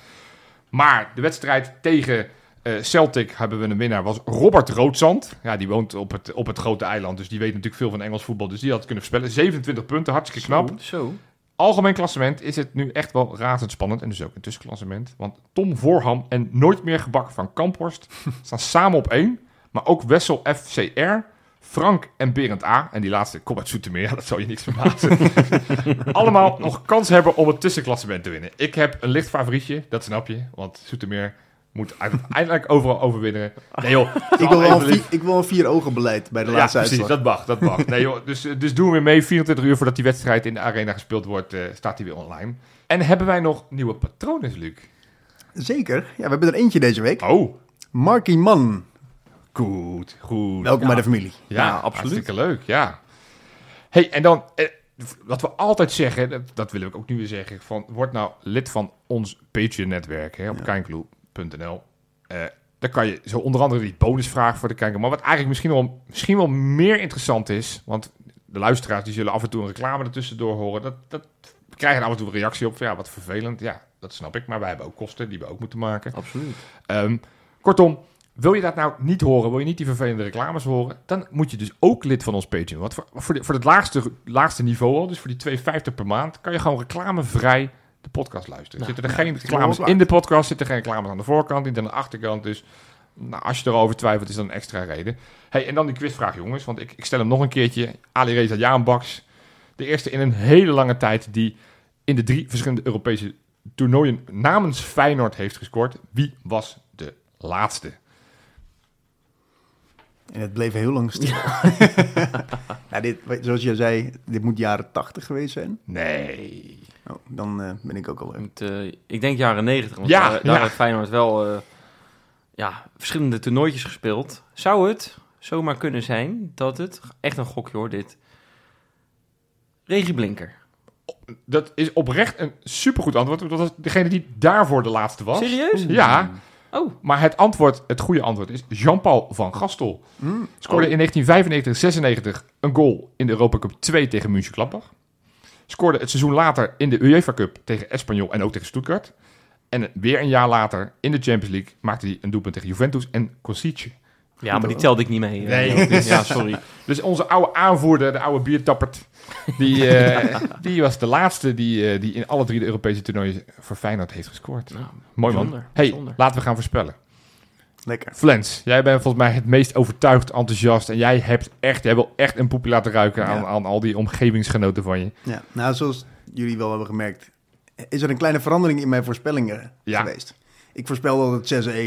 Maar de wedstrijd tegen Celtic hebben we een winnaar, was Robert Roodzand. Ja, die woont op het grote eiland. Dus die weet natuurlijk veel van Engels voetbal. Dus die had kunnen voorspellen. 27 punten, hartstikke knap. Zo. Algemeen klassement is het nu echt wel razendspannend. En dus ook een tussenklassement. Want Tom Voorham en Nooit meer gebakken van Kamphorst staan samen op 1. Maar ook Wessel FCR, Frank en Berend A. En die laatste komt uit Zoetermeer. Ja, dat zal je niks verbazen. Allemaal nog kans hebben om het tussenklassement te winnen. Ik heb een licht favorietje, dat snap je. Want Zoetermeer moet uiteindelijk overal overwinnen. Nee joh. Ik wil een 4 ogen beleid bij de Ja, laatste precies. uitslag. Dat mag. Nee joh, dus doen we weer mee. 24 uur voordat die wedstrijd in de arena gespeeld wordt, staat die weer online. En hebben wij nog nieuwe patronen, Luc? Zeker. Ja, we hebben er eentje deze week. Oh, Marky Man. goed. Welkom bij de familie. Ja, absoluut. hartstikke leuk, ja. Hey, en dan, wat we altijd zeggen, dat willen we ook nu weer zeggen, word nou lid van ons Patreon-netwerk hè, op kijkloop.nl. Daar kan je zo onder andere die bonusvraag voor de kijker. Maar wat eigenlijk misschien wel meer interessant is, want de luisteraars die zullen af en toe een reclame ertussendoor horen. We krijgen af en toe een reactie op, ja, wat vervelend. Ja, dat snap ik, maar wij hebben ook kosten die we ook moeten maken. Absoluut. Kortom, Wil je dat nou niet horen, wil je niet die vervelende reclames horen, dan moet je dus ook lid van ons Patreon. Want voor het laagste niveau al, dus voor die $2,50 per maand, kan je gewoon reclamevrij de podcast luisteren. Zitten er geen reclames in de podcast, zitten er geen reclames aan de voorkant, niet aan de achterkant. Dus als je erover twijfelt, is dat een extra reden. Hey, en dan die quizvraag, jongens, want ik stel hem nog een keertje. Alireza Jaanbaks, de eerste in een hele lange tijd die in de 3 verschillende Europese toernooien namens Feyenoord heeft gescoord. Wie was de laatste? En het bleef heel lang stil. Zoals jij zei, dit moet jaren 80 geweest zijn. Nee. Oh, dan ben ik ook al weg. Ik denk jaren 90, want daar heeft Feyenoord wel verschillende toernooitjes gespeeld. Zou het zomaar kunnen zijn dat het, echt een gokje hoor dit, Regie Blinker. Dat is oprecht een supergoed antwoord. Dat was degene die daarvoor de laatste was. Serieus? Ja. Oh. Maar het goede antwoord is Jean-Paul van Gastel. Scoorde in 1995-96 een goal in de Europa Cup 2 tegen Mönchengladbach. Scoorde het seizoen later in de UEFA Cup tegen Espanyol en ook tegen Stuttgart. En weer een jaar later in de Champions League maakte hij een doelpunt tegen Juventus en Kosice. Ja, maar die telde ik niet mee. Nee. Ja, sorry. Dus onze oude aanvoerder, de oude biertappert, die was de laatste die in alle 3 de Europese toernooien voor Feyenoord heeft gescoord. Nou, mooi man. bijzonder, Hey, bijzonder. laten we gaan voorspellen. Lekker. Flens, jij bent volgens mij het meest overtuigd, enthousiast. En jij wil echt een poepje laten ruiken aan al die omgevingsgenoten van je. Ja, nou, zoals jullie wel hebben gemerkt, is er een kleine verandering in mijn voorspellingen geweest. Ik voorspelde altijd 6-1, 5-0, 7-0.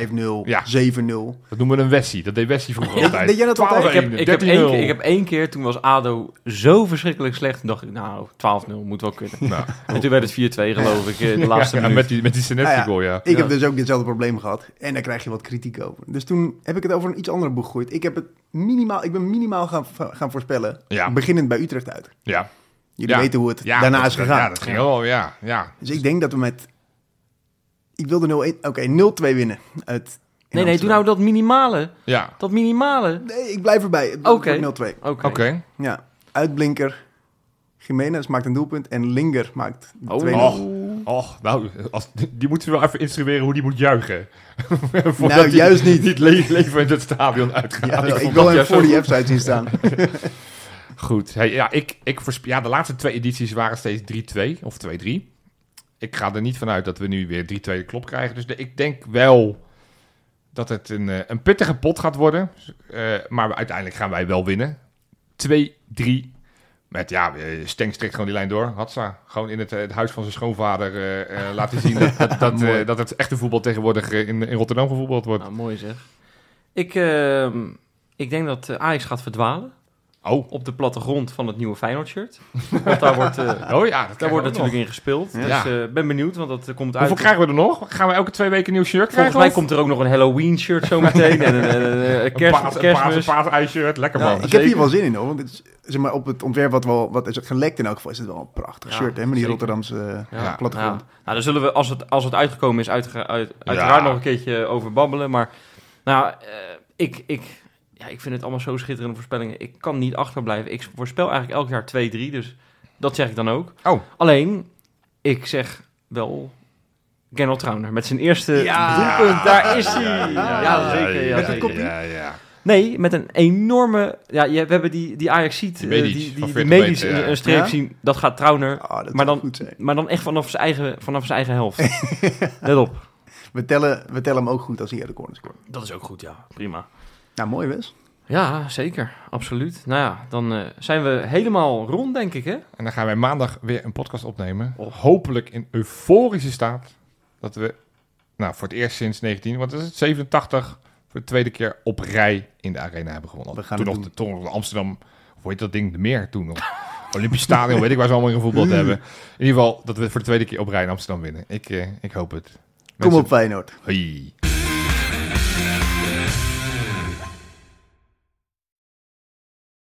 Dat noemen we een Wessie. Dat deed Wessie vroeger altijd. Deed jij dat altijd? Ik heb één keer, toen was ADO zo verschrikkelijk slecht. Toen dacht ik, 12-0 moet wel kunnen. Nou, en toen werd het 4-2 geloof ik, de laatste minuut. met die Senesi goal, ja. Ik heb dus ook ditzelfde probleem gehad. En daar krijg je wat kritiek over. Dus toen heb ik het over een iets andere boeg gegooid. Ik ben minimaal gaan voorspellen. Ja. Beginnend bij Utrecht uit. Ja. Jullie weten hoe het daarna is gegaan. Ja, dat ging wel, ja. Dus ik denk dat we met... Ik wilde 0-2 winnen. Nee, doe nou dat minimale. Ja. Dat minimale. Nee, ik blijf erbij. Oké. 0-2. Oké. Ja, uitblinker. Jiménez maakt een doelpunt en Linger maakt 2-0. Nou, die moeten we wel even instrueren hoe die moet juichen. Nou, juist niet. Niet leven in het stadion uitgaan. Ja, ik wil hem voor die F-site zien staan. Goed. Hey, de laatste 2 edities waren steeds 3-2 of 2-3. Ik ga er niet vanuit dat we nu weer 3-2 de klop krijgen. Dus ik denk wel dat het een pittige pot gaat worden. Maar uiteindelijk gaan wij wel winnen. 2-3. Met Stenks trekt gewoon die lijn door. Hatsa. Gewoon in het huis van zijn schoonvader laten zien dat het echte voetbal tegenwoordig in Rotterdam gevoetbald wordt. Nou, mooi zeg. Ik denk dat Ajax gaat verdwalen. Op de plattegrond van het nieuwe Feyenoord-shirt. Want daar wordt, daar wordt natuurlijk in gespeeld. Ja. Dus ben benieuwd, want dat komt uit. Hoeveel krijgen we er nog? Gaan we elke 2 weken een nieuw shirt krijgen? Volgens mij komt er ook nog een Halloween-shirt zometeen. En een kerstmis. Een paas-ijsshirt. Lekker man. Ik heb hier wel zin in hoor. Want het is, zeg maar, op het ontwerp wat is gelekt in elk geval, is het wel een prachtig shirt. Hè, met die Rotterdamse plattegrond. Ja. Nou, daar zullen we, als het uitgekomen is, uiteraard nog een keertje over babbelen. Maar ik vind het allemaal zo schitterende voorspellingen. Ik kan niet achterblijven. Ik voorspel eigenlijk elk jaar 2-3, dus dat zeg ik dan ook. Alleen, ik zeg wel Gernot Trauner met zijn eerste doelpunt. Daar is hij. Ja, zeker. Met een kopie? Ja. Nee, met een enorme... Ja, we hebben die Ajax-ziet, die medisch een streep zien. Dat gaat Trauner, maar dan echt vanaf zijn eigen helft. Let op. We tellen hem ook goed als hij uit de corner scoort. Dat is ook goed, ja. Prima. Nou, mooi Wes. Ja, zeker. Absoluut. Nou ja, dan zijn we helemaal rond, denk ik, hè? En dan gaan wij maandag weer een podcast opnemen. Hopelijk in euforische staat. Dat we, voor het eerst sinds 87, voor de tweede keer op rij in de arena hebben gewonnen. Toen nog Amsterdam, hoe heet dat ding, de Meer toen nog. Olympisch Stadion, weet ik waar ze allemaal in gevoetbald hebben. In ieder geval dat we voor de tweede keer op rij in Amsterdam winnen. Ik hoop het. Kom op Feyenoord. Hoi.